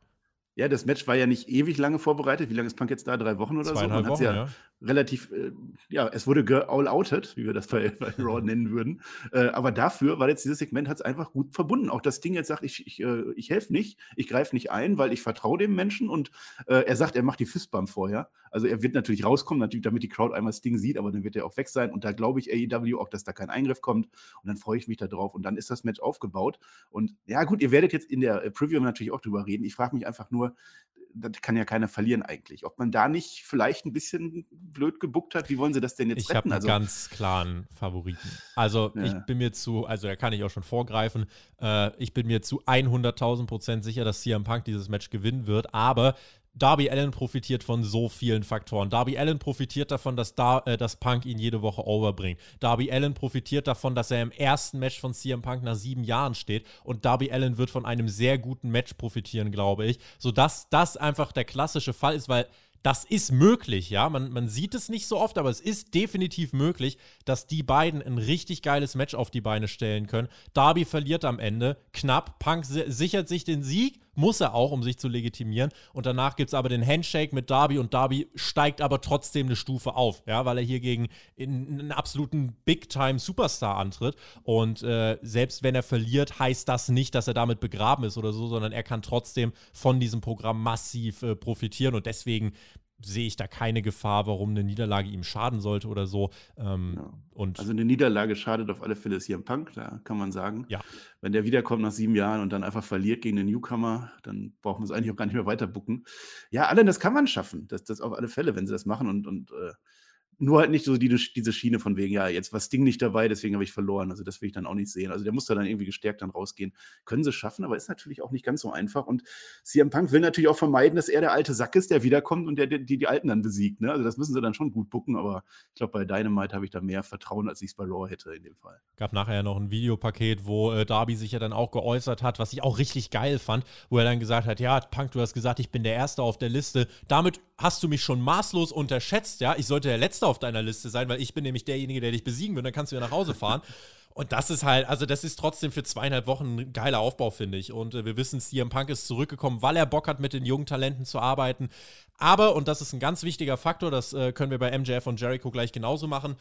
Ja, das Match war ja nicht ewig lange vorbereitet. Wie lange ist Punk jetzt da? drei Wochen oder so? Zweieinhalb Man hat's Wochen, ja ja. relativ, äh, ja, es wurde ge-all-outed, wie wir das bei bei Raw nennen würden. Äh, aber dafür war jetzt dieses Segment hat's einfach gut verbunden. Auch das Ding jetzt sagt: „Ich ich, äh ich helfe nicht, ich greife nicht ein, weil ich vertraue dem Menschen." Und, äh, er sagt, er macht die Fistbump vorher. Also, er wird natürlich rauskommen, natürlich, damit die Crowd einmal das Ding sieht, aber dann wird er auch weg sein. Und da glaube ich A E W auch, dass da kein Eingriff kommt. Und dann freue ich mich da drauf. Und dann ist das Match aufgebaut. Und ja gut, ihr werdet jetzt in der, äh, Preview natürlich auch drüber reden. Ich frage mich einfach nur, das kann ja keiner verlieren eigentlich. Ob man da nicht vielleicht ein bisschen blöd gebuckt hat, wie wollen sie das denn jetzt Ich habe retten? einen Also, ganz klaren Favoriten. Also ich ja, bin mir zu, also da kann ich auch schon vorgreifen, äh, ich bin mir zu hunderttausend Prozent sicher, dass C M Punk dieses Match gewinnen wird, aber Darby Allin profitiert von so vielen Faktoren. Darby Allin profitiert davon, dass, da, äh, dass Punk ihn jede Woche overbringt. Darby Allin profitiert davon, dass er im ersten Match von C M Punk nach sieben Jahren steht. Und Darby Allin wird von einem sehr guten Match profitieren, glaube ich. Sodass das einfach der klassische Fall ist, weil das ist möglich, ja. Man, man sieht es nicht so oft, aber es ist definitiv möglich, dass die beiden ein richtig geiles Match auf die Beine stellen können. Darby verliert am Ende knapp. Punk si- sichert sich den Sieg, muss er auch, um sich zu legitimieren. Und danach gibt es aber den Handshake mit Darby und Darby steigt aber trotzdem eine Stufe auf, ja, weil er hier gegen einen absoluten Big-Time-Superstar antritt. Und äh, selbst wenn er verliert, heißt das nicht, dass er damit begraben ist oder so, sondern er kann trotzdem von diesem Programm massiv äh, profitieren. Und deswegen sehe ich da keine Gefahr, warum eine Niederlage ihm schaden sollte oder so. Ähm, ja. und Also eine Niederlage schadet auf alle Fälle C M Punk, da kann man sagen. ja, Wenn der wiederkommt nach sieben Jahren und dann einfach verliert gegen den Newcomer, dann braucht man es eigentlich auch gar nicht mehr weiter booken. Ja, Allen, das kann man schaffen. Das das auf alle Fälle, wenn sie das machen und und, äh, nur halt nicht so die diese Schiene von wegen: „Ja, jetzt war Sting nicht dabei, deswegen habe ich verloren." Also, das will ich dann auch nicht sehen. Also, der muss da dann irgendwie gestärkt dann rausgehen. Können sie schaffen, aber ist natürlich auch nicht ganz so einfach. Und C M Punk will natürlich auch vermeiden, dass er der alte Sack ist, der wiederkommt und der die die Alten dann besiegt, ne? Also, das müssen sie dann schon gut booken, aber ich glaube, bei Dynamite habe ich da mehr Vertrauen, als ich's bei Raw hätte in dem Fall. gab nachher ja noch ein Videopaket, wo äh, Darby sich ja dann auch geäußert hat, was ich auch richtig geil fand, wo er dann gesagt hat, ja, Punk, du hast gesagt, ich bin der Erste auf der Liste. Damit hast du mich schon maßlos unterschätzt, ja. Ich sollte der Letzte auf deiner Liste sein, weil ich bin nämlich derjenige, der dich besiegen will. Dann kannst du ja nach Hause fahren. Und das ist halt, also das ist trotzdem für zweieinhalb Wochen ein geiler Aufbau, finde ich. Und äh, wir wissen, C M Punk ist zurückgekommen, weil er Bock hat, mit den jungen Talenten zu arbeiten. Aber, und das ist ein ganz wichtiger Faktor, das äh, können wir bei M J F und Jericho gleich genauso machen,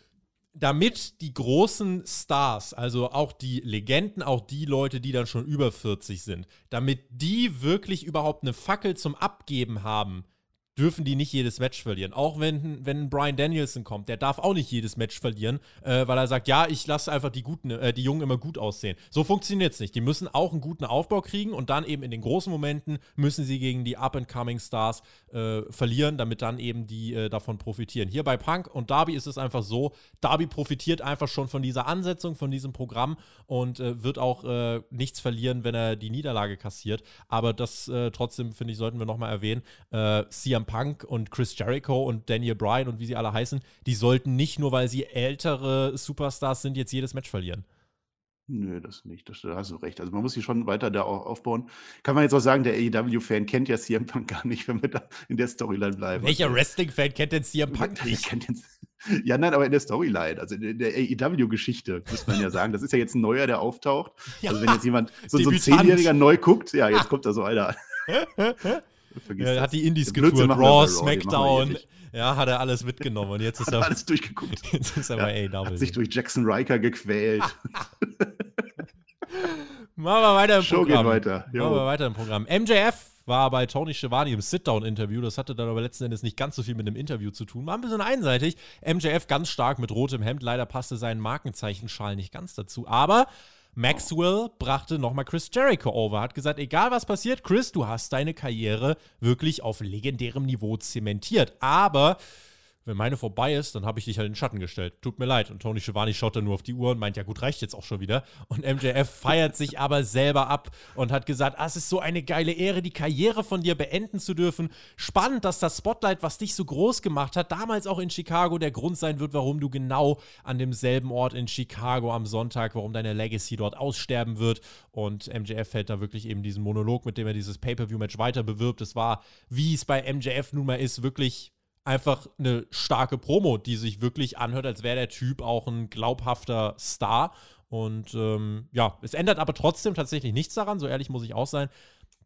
damit die großen Stars, also auch die Legenden, auch die Leute, die dann schon über vierzig sind, damit die wirklich überhaupt eine Fackel zum Abgeben haben, dürfen die nicht jedes Match verlieren. Auch wenn, wenn Bryan Danielson kommt, der darf auch nicht jedes Match verlieren, äh, weil er sagt, ja, ich lasse einfach die Guten, äh, die Jungen immer gut aussehen. So funktioniert es nicht. Die müssen auch einen guten Aufbau kriegen und dann eben in den großen Momenten müssen sie gegen die Up-and-Coming Stars äh, verlieren, damit dann eben die äh, davon profitieren. Hier bei Punk und Darby ist es einfach so, Darby profitiert einfach schon von dieser Ansetzung, von diesem Programm und äh, wird auch äh, nichts verlieren, wenn er die Niederlage kassiert. Aber das äh, trotzdem, finde ich, sollten wir nochmal erwähnen. Äh, C M Punk und Chris Jericho und Daniel Bryan und wie sie alle heißen, die sollten nicht nur, weil sie ältere Superstars sind, jetzt jedes Match verlieren. Nö, das nicht. Das, da hast du recht. Also man muss sich schon weiter da auch aufbauen. Kann man jetzt auch sagen, der A E W-Fan kennt ja C M Punk gar nicht, wenn wir da in der Storyline bleiben. Welcher Also, Wrestling-Fan kennt denn C M Punk der nicht? kennt den, ja, nein, aber in der Storyline, also in der A E W-Geschichte, muss man ja sagen. Das ist ja jetzt ein neuer, der auftaucht. Ja, Also wenn jetzt jemand, so, so ein Debütant. Zehnjähriger neu guckt, ja, jetzt kommt da so einer. Vergiss Er das. hat die Indies Den Blödsinn getourt, machen wir Raw, bei Raw, den machen wir hier SmackDown, nicht. ja, hat er alles mitgenommen und jetzt ist Hat er, alles durchgeguckt. jetzt ist er Ja, bei A E W. hat sich durch Jackson Riker gequält. Machen wir weiter im Show geht Programm. weiter. Jo. Machen wir weiter im Programm. M J F war bei Tony Schiavone im Sit-Down-Interview. Das hatte dann aber letzten Endes nicht ganz so viel mit einem Interview zu tun. War ein bisschen einseitig. M J F ganz stark mit rotem Hemd. Leider passte sein Markenzeichenschal nicht ganz dazu. Aber Maxwell brachte nochmal Chris Jericho over. Hat gesagt, egal was passiert, Chris, du hast deine Karriere wirklich auf legendärem Niveau zementiert. Aber wenn meine vorbei ist, dann habe ich dich halt in den Schatten gestellt. Tut mir leid. Und Tony Schiavone schaut dann nur auf die Uhr und meint, ja gut, reicht jetzt auch schon wieder. Und M J F feiert sich aber selber ab und hat gesagt, ah, es ist so eine geile Ehre, die Karriere von dir beenden zu dürfen. Spannend, dass das Spotlight, was dich so groß gemacht hat, damals auch in Chicago, der Grund sein wird, warum du genau an demselben Ort in Chicago am Sonntag, warum deine Legacy dort aussterben wird. Und M J F hält da wirklich eben diesen Monolog, mit dem er dieses Pay-Per-View-Match weiter bewirbt. Es war, wie es bei M J F nun mal ist, wirklich einfach eine starke Promo, die sich wirklich anhört, als wäre der Typ auch ein glaubhafter Star. Und ähm, ja, es ändert aber trotzdem tatsächlich nichts daran, so ehrlich muss ich auch sein.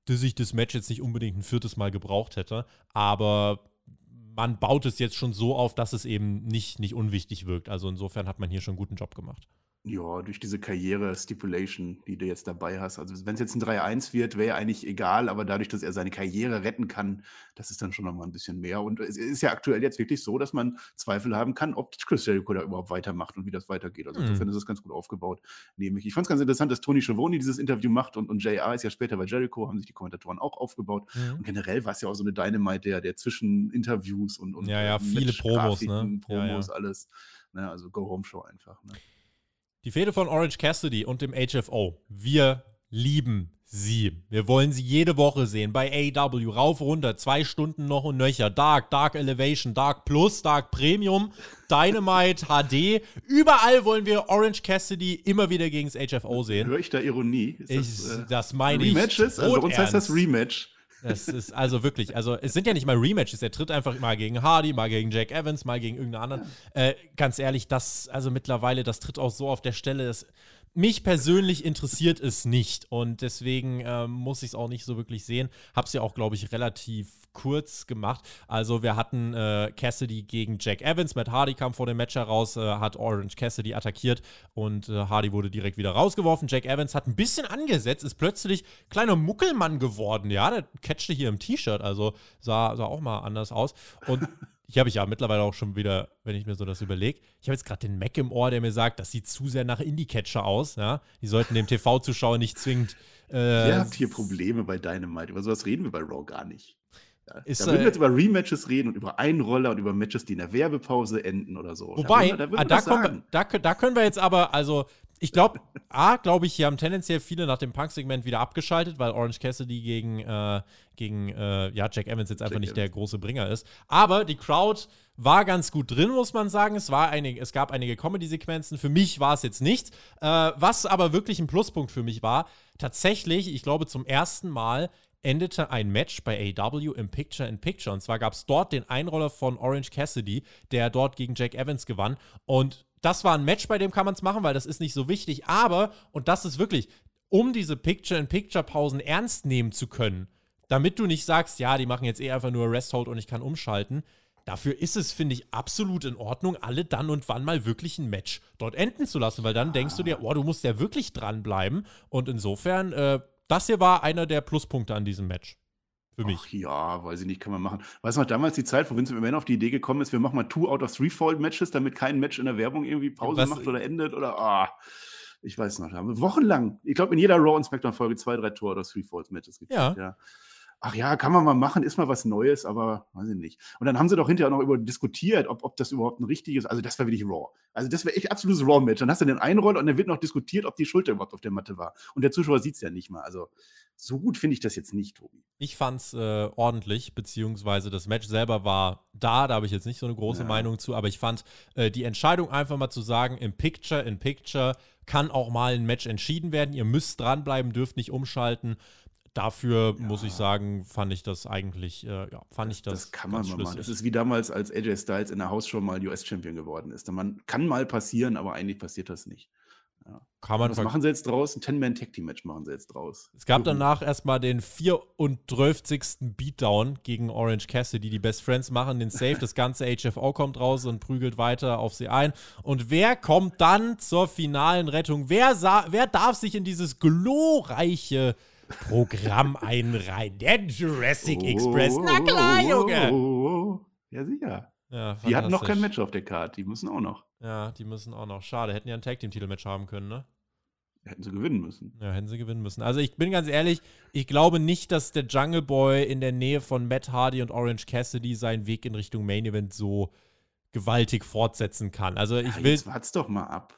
dass ich das Match jetzt nicht unbedingt ein viertes Mal gebraucht hätte, aber man baut es jetzt schon so auf, dass es eben nicht, nicht unwichtig wirkt. Also insofern hat man hier schon einen guten Job gemacht. Ja, durch diese Karriere-Stipulation, die du jetzt dabei hast. Also wenn es jetzt ein drei eins wird, wäre ja eigentlich egal, aber dadurch, dass er seine Karriere retten kann, das ist dann schon nochmal ein bisschen mehr. Und es ist ja aktuell jetzt wirklich so, dass man Zweifel haben kann, ob Chris Jericho da überhaupt weitermacht und wie das weitergeht. Also insofern Mhm. ist es ganz gut aufgebaut, nehme ich. Ich fand es ganz interessant, dass Tony Schiavone dieses Interview macht und, und J R ist ja später bei Jericho, haben sich die Kommentatoren auch aufgebaut. Mhm. Und generell war es ja auch so eine Dynamite, der, der zwischen Interviews und, und Ja, ja, äh, viele Promos, ne? Match-Grafiken, Ja, Promos, ja. alles. Ne, also Go-Home-Show einfach. Ne? Die Fehde von Orange Cassidy und dem H F O. Wir lieben sie. Wir wollen sie jede Woche sehen. Bei A E W. Rauf, runter. Zwei Stunden noch und nöcher. Dark, Dark Elevation, Dark Plus, Dark Premium, Dynamite, H D. Überall wollen wir Orange Cassidy immer wieder gegen das H F O sehen. Höre ich da Ironie? Ist Ich, das, äh, das meine ich. Rematches? Also bei uns heißt das Rematch. Das ist also wirklich, also es sind ja nicht mal Rematches, er tritt einfach mal gegen Hardy, mal gegen Jack Evans, mal gegen irgendeinen anderen. Ja. Äh, ganz ehrlich, das, also mittlerweile, das tritt auch so auf der Stelle, das, mich persönlich interessiert es nicht und deswegen ähm, muss ich es auch nicht so wirklich sehen. Hab's ja auch, glaube ich, relativ kurz gemacht. Also wir hatten äh, Cassidy gegen Jack Evans, Matt Hardy kam vor dem Match heraus, äh, hat Orange Cassidy attackiert und äh, Hardy wurde direkt wieder rausgeworfen. Jack Evans hat ein bisschen angesetzt, ist plötzlich kleiner Muckelmann geworden, ja, der catchte hier im T-Shirt, also sah, sah auch mal anders aus und ich habe ich ja mittlerweile auch schon wieder, wenn ich mir so das überlege, ich habe jetzt gerade den Mac im Ohr, der mir sagt, das sieht zu sehr nach Indie-Catcher aus, ja, die sollten dem T V-Zuschauer nicht zwingend äh, Ihr habt hier Probleme bei Dynamite, über sowas reden wir bei Raw gar nicht. Ja, ist, da würden wir äh, jetzt über Rematches reden und über Einroller und über Matches, die in der Werbepause enden oder so. Wobei, da, würden wir, ah, da, da, kommen wir, da, da können wir jetzt aber, also ich glaube, A, glaube ich, hier haben tendenziell viele nach dem Punk-Segment wieder abgeschaltet, weil Orange Cassidy gegen, äh, gegen äh, ja, Jack Evans jetzt einfach Jack nicht Evans. der große Bringer ist. Aber die Crowd war ganz gut drin, muss man sagen. Es, war einige, es gab einige Comedy-Sequenzen. Für mich war es jetzt nichts. Äh, was aber wirklich ein Pluspunkt für mich war, tatsächlich, ich glaube, zum ersten Mal endete ein Match bei A E W im Picture-in-Picture. Und zwar gab es dort den Einroller von Orange Cassidy, der dort gegen Jack Evans gewann. Und das war ein Match, bei dem kann man es machen, weil das ist nicht so wichtig. Aber, und das ist wirklich, um diese Picture-in-Picture-Pausen ernst nehmen zu können, damit du nicht sagst, ja, die machen jetzt eh einfach nur Rest-Hold und ich kann umschalten, dafür ist es, finde ich, absolut in Ordnung, alle dann und wann mal wirklich ein Match dort enden zu lassen. Weil dann denkst du dir, oh, du musst ja wirklich dranbleiben. Und insofern, äh, das hier war einer der Pluspunkte an diesem Match. Für mich. Ach ja, weiß ich nicht, kann man machen. Weißt du noch, damals die Zeit, wo Vince McMahon auf die Idee gekommen ist, wir machen mal two out of three Fold Matches, damit kein Match in der Werbung irgendwie Pause Was- macht oder endet oder ah, ich weiß noch, da haben wir wochenlang, ich glaube in jeder Raw und SmackDown Folge zwei, drei Two out of three Fold Matches gekriegt, Ja. ja. Ach ja, kann man mal machen, ist mal was Neues, aber weiß ich nicht. Und dann haben sie doch hinterher noch über diskutiert, ob, ob das überhaupt ein richtiges, also das war wirklich Raw. Also das wäre echt absolutes Raw-Match. Dann hast du den Einroller und dann wird noch diskutiert, ob die Schulter überhaupt auf der Matte war. Und der Zuschauer sieht es ja nicht mal. Also so gut finde ich das jetzt nicht, Tobi. Ich fand's äh, ordentlich, beziehungsweise das Match selber war da, da habe ich jetzt nicht so eine große Ja. Meinung zu, aber ich fand äh, die Entscheidung einfach mal zu sagen, im Picture, in Picture kann auch mal ein Match entschieden werden, ihr müsst dranbleiben, dürft nicht umschalten. Dafür, Ja. muss ich sagen, fand ich das eigentlich, äh, ja, fand ich das Das kann man ganz mal machen. schlüssig. Das ist wie damals, als A J Styles in der Hausshow mal U S-Champion geworden ist. Man kann mal passieren, aber eigentlich passiert das nicht. Ja. Kann man Was ver- machen sie jetzt draus? Ein Ten-Man-Tag-Team-Match machen sie jetzt draus. Es gab Juhu. danach erstmal den vierunddreißigsten Beatdown gegen Orange Cassidy. Die Best Friends machen den Save. Das ganze H F O kommt raus und prügelt weiter auf sie ein. Und wer kommt dann zur finalen Rettung? Wer, sa- wer darf sich in dieses glorreiche Programm einreihen? Der Jurassic Express. Na klar, Junge. Oh, oh, oh. Ja, sicher. Ja, Die hatten noch kein fantastisch. Match auf der Karte. Die müssen auch noch. Ja, die müssen auch noch. Schade, hätten ja ein Tag-Team-Titel-Match haben können, ne? Hätten sie gewinnen müssen. Ja, hätten sie gewinnen müssen. Also ich bin ganz ehrlich, ich glaube nicht, dass der Jungle Boy in der Nähe von Matt Hardy und Orange Cassidy seinen Weg in Richtung Main Event so gewaltig fortsetzen kann. Also ich Ja, will, jetzt wart's doch mal ab.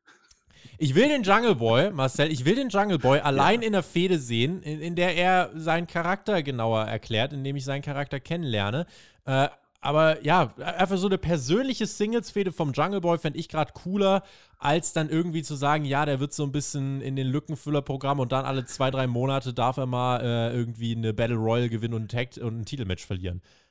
ich will den Jungle Boy, Marcel, ich will den Jungle Boy allein in der Fehde sehen, in, in der er seinen Charakter genauer erklärt, indem ich seinen Charakter kennenlerne. Äh, aber ja, einfach so eine persönliche Singles-Fehde vom Jungle Boy fände ich gerade cooler, als dann irgendwie zu sagen, ja, der wird so ein bisschen in den Lückenfüller-Programm und dann alle zwei, drei Monate darf er mal äh, irgendwie eine Battle Royal gewinnen und ein, Tag und ein Titelmatch verlieren.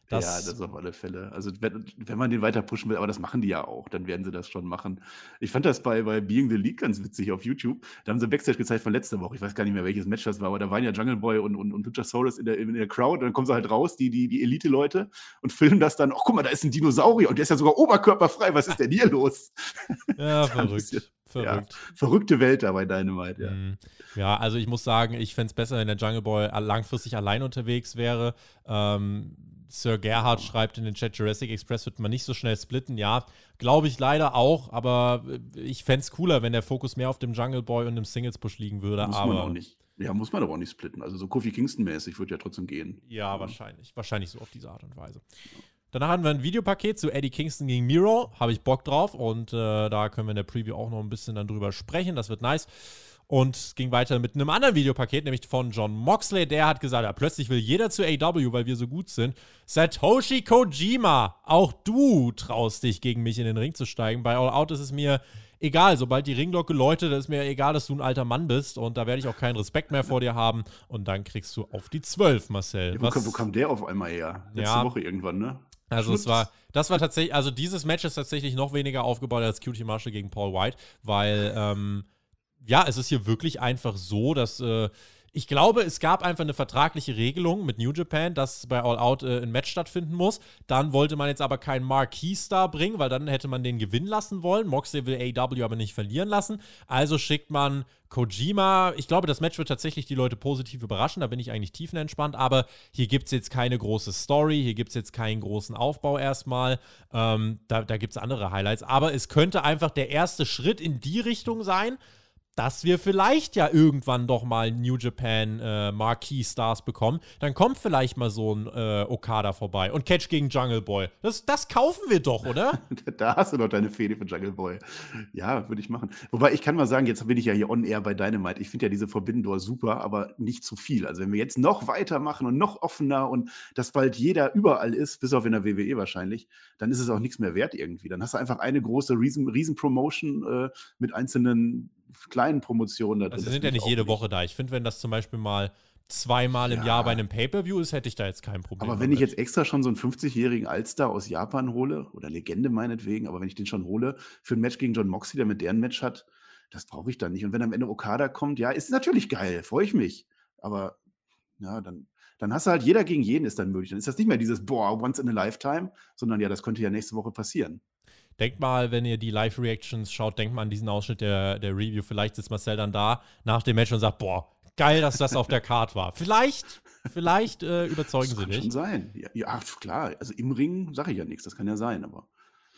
Ja, das Das auf alle Fälle. Also, wenn wenn man den weiter pushen will, aber das machen die ja auch, dann werden sie das schon machen. Ich fand das bei bei Being the League ganz witzig auf YouTube. Da haben sie Backstage gezeigt von letzter Woche. Ich weiß gar nicht mehr, welches Match das war, aber da waren ja Jungle Boy und und und Luchasaurus in der in der Crowd und dann kommen sie halt raus, die die die Elite-Leute und filmen das dann: „Ach, guck mal, da ist 'n Dinosaurier und der ist ja sogar oberkörperfrei. Was ist denn hier los?“ ja, Das war 'n bisschen verrückt, ja, verrückt. verrückte Welt da bei Dynamite, ja. Mhm. Ja, also ich muss sagen, ich fände es besser, wenn der Jungle Boy a langfristig allein unterwegs wäre. Ähm, Sir Gerhard Ja. schreibt in den Chat, Jurassic Express wird man nicht so schnell splitten. Ja, glaube ich leider auch, aber äh, ich fände es cooler, wenn der Fokus mehr auf dem Jungle Boy und dem Singles-Push liegen würde. Muss man auch Aber nicht. Ja, muss man aber auch nicht splitten. Also, so Kofi Kingston-mäßig wird ja trotzdem gehen, ja, ne? wahrscheinlich. Wahrscheinlich so auf diese Art und Weise. Danach hatten wir ein Videopaket zu Eddie Kingston gegen Miro. Habe ich Bock drauf. Und äh, da können wir in der Preview auch noch ein bisschen dann drüber sprechen. Das wird nice. Und es ging weiter mit einem anderen Videopaket, nämlich von Jon Moxley. Der hat gesagt, ja, plötzlich will jeder zu A E W, weil wir so gut sind. Satoshi Kojima, auch du traust dich, gegen mich in den Ring zu steigen. Bei All Out ist es mir egal. Sobald die Ringglocke läutet, ist mir egal, dass du ein alter Mann bist. Und da werde ich auch keinen Respekt mehr vor dir haben. Und dann kriegst du auf die zwölf, Marcel. Ja, wo, kam, wo kam der auf einmal her? Letzte Ja. Woche irgendwann, ne? Also Schnips. es war, das war tatsächlich, also dieses Match ist tatsächlich noch weniger aufgebaut als Q T Marshall gegen Paul White, weil, ähm, ja, es ist hier wirklich einfach so, dass, äh, ich glaube, es gab einfach eine vertragliche Regelung mit New Japan, dass bei All Out äh, ein Match stattfinden muss. Dann wollte man jetzt aber keinen Marquee-Star bringen, weil dann hätte man den gewinnen lassen wollen. Moxley will A E W aber nicht verlieren lassen. Also schickt man Kojima. Ich glaube, das Match wird tatsächlich die Leute positiv überraschen. Da bin ich eigentlich tiefenentspannt. Aber hier gibt es jetzt keine große Story. Hier gibt es jetzt keinen großen Aufbau erstmal. Ähm, da da gibt es andere Highlights. Aber es könnte einfach der erste Schritt in die Richtung sein, dass wir vielleicht ja irgendwann doch mal New Japan äh, Marquee-Stars bekommen, dann kommt vielleicht mal so ein äh, Okada vorbei und Catch gegen Jungle Boy. Das, das kaufen wir doch, oder? Da hast du doch deine Fehde für Jungle Boy. Ja, würde ich machen. Wobei, ich kann mal sagen, jetzt bin ich ja hier on air bei Dynamite. Ich finde ja diese Forbidden Door super, aber nicht zu viel. Also wenn wir jetzt noch weitermachen und noch offener und dass bald jeder überall ist, bis auf in der W W E wahrscheinlich, dann ist es auch nichts mehr wert irgendwie. Dann hast du einfach eine große Riesen, Riesen-Promotion äh, mit einzelnen kleinen Promotionen da drin. Also sie Das sind will ja ich nicht auch jede Woche da. Ich finde, wenn das zum Beispiel mal zweimal im Ja. Jahr bei einem Pay-Per-View ist, hätte ich da jetzt kein Problem Aber wenn ich damit. jetzt extra schon so einen fünfzigjährigen Allstar aus Japan hole oder Legende meinetwegen, aber wenn ich den schon hole für ein Match gegen Jon Moxley, der mit der ein Match hat, das brauche ich dann nicht. Und wenn am Ende Okada kommt, ja, ist natürlich geil, freue ich mich. Aber ja, dann dann hast du halt jeder gegen jeden ist dann möglich. Dann ist das nicht mehr dieses: „Boah, once in a lifetime“, sondern ja, das könnte ja nächste Woche passieren. Denkt mal, wenn ihr die Live-Reactions schaut, denkt mal an diesen Ausschnitt der, der Review. Vielleicht sitzt Marcel dann da nach dem Match und sagt, boah, geil, dass das auf der Card war. Vielleicht, vielleicht äh, überzeugen Das sie kann schon dich. sein. Ja, ja, ach, klar. Also im Ring sage ich ja nichts. Das kann ja sein, aber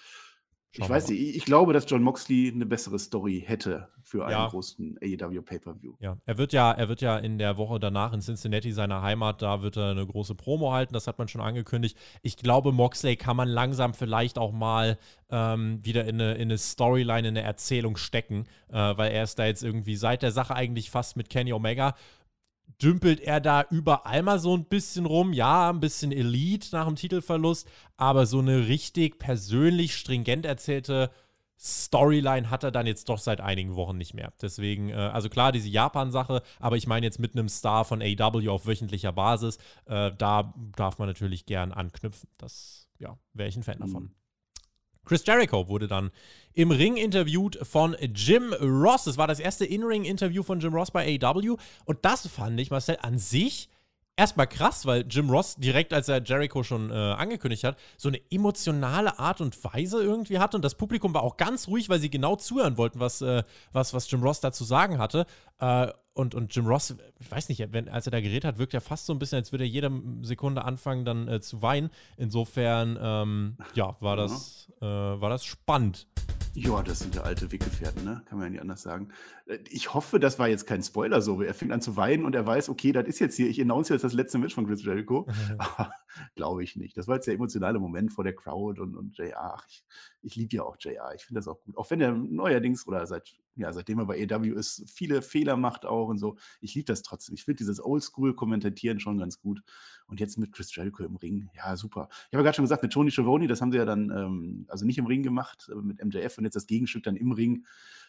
ich Schauen wir weiß mal. nicht. Ich ich glaube, dass Jon Moxley eine bessere Story hätte für einen Ja. großen A E W Pay-Per-View. Ja, er wird ja, er wird ja in der Woche danach in Cincinnati, seiner Heimat, da wird er eine große Promo halten, das hat man schon angekündigt. Ich glaube, Moxley kann man langsam vielleicht auch mal ähm, wieder in eine, in eine Storyline, in eine Erzählung stecken, äh, weil er ist da jetzt irgendwie seit der Sache eigentlich fast mit Kenny Omega, dümpelt er da überall mal so ein bisschen rum. Ja, ein bisschen Elite nach dem Titelverlust, aber so eine richtig persönlich stringent erzählte Storyline hat er dann jetzt doch seit einigen Wochen nicht mehr. Deswegen, äh, also klar, diese Japan-Sache, aber ich meine jetzt mit einem Star von A E W auf wöchentlicher Basis, äh, da darf man natürlich gern anknüpfen. Das, ja, wäre ich ein Fan davon. Mhm. Chris Jericho wurde dann im Ring interviewt von Jim Ross. Das war das erste In-Ring-Interview von Jim Ross bei A E W. Und das fand ich, Marcel, an sich erstmal krass, weil Jim Ross direkt, als er Jericho schon äh, angekündigt hat, so eine emotionale Art und Weise irgendwie hatte. Und das Publikum war auch ganz ruhig, weil sie genau zuhören wollten, was, äh, was, was Jim Ross da zu sagen hatte. Äh, und, und Jim Ross, ich weiß nicht, wenn, als er da geredet hat, wirkt er fast so ein bisschen, als würde er jede Sekunde anfangen, dann äh, zu weinen. Insofern, ähm, ja, war das, äh, war das spannend. Ja, das sind ja alte Weggefährten, ne? Kann man ja nicht anders sagen. Äh, Ich hoffe, das war jetzt kein Spoiler so. Er fängt an zu weinen und er weiß, okay, das ist jetzt hier, ich announce jetzt das letzte Match von Chris Jericho. Aber glaube ich nicht. Das war jetzt der emotionale Moment vor der Crowd und, und J R. Ach, ich, ich liebe ja auch J R. Ich finde das auch gut. Auch wenn er neuerdings oder seit, ja, seitdem er bei A E W ist, viele Fehler macht auch und so. Ich liebe das trotzdem. Ich finde dieses Oldschool-Kommentieren schon ganz gut. Und jetzt mit Chris Jericho im Ring, ja, super. Ich habe ja gerade schon gesagt, mit Tony Schiavone, das haben sie ja dann, ähm, also nicht im Ring gemacht, aber mit M J F und jetzt das Gegenstück dann im Ring.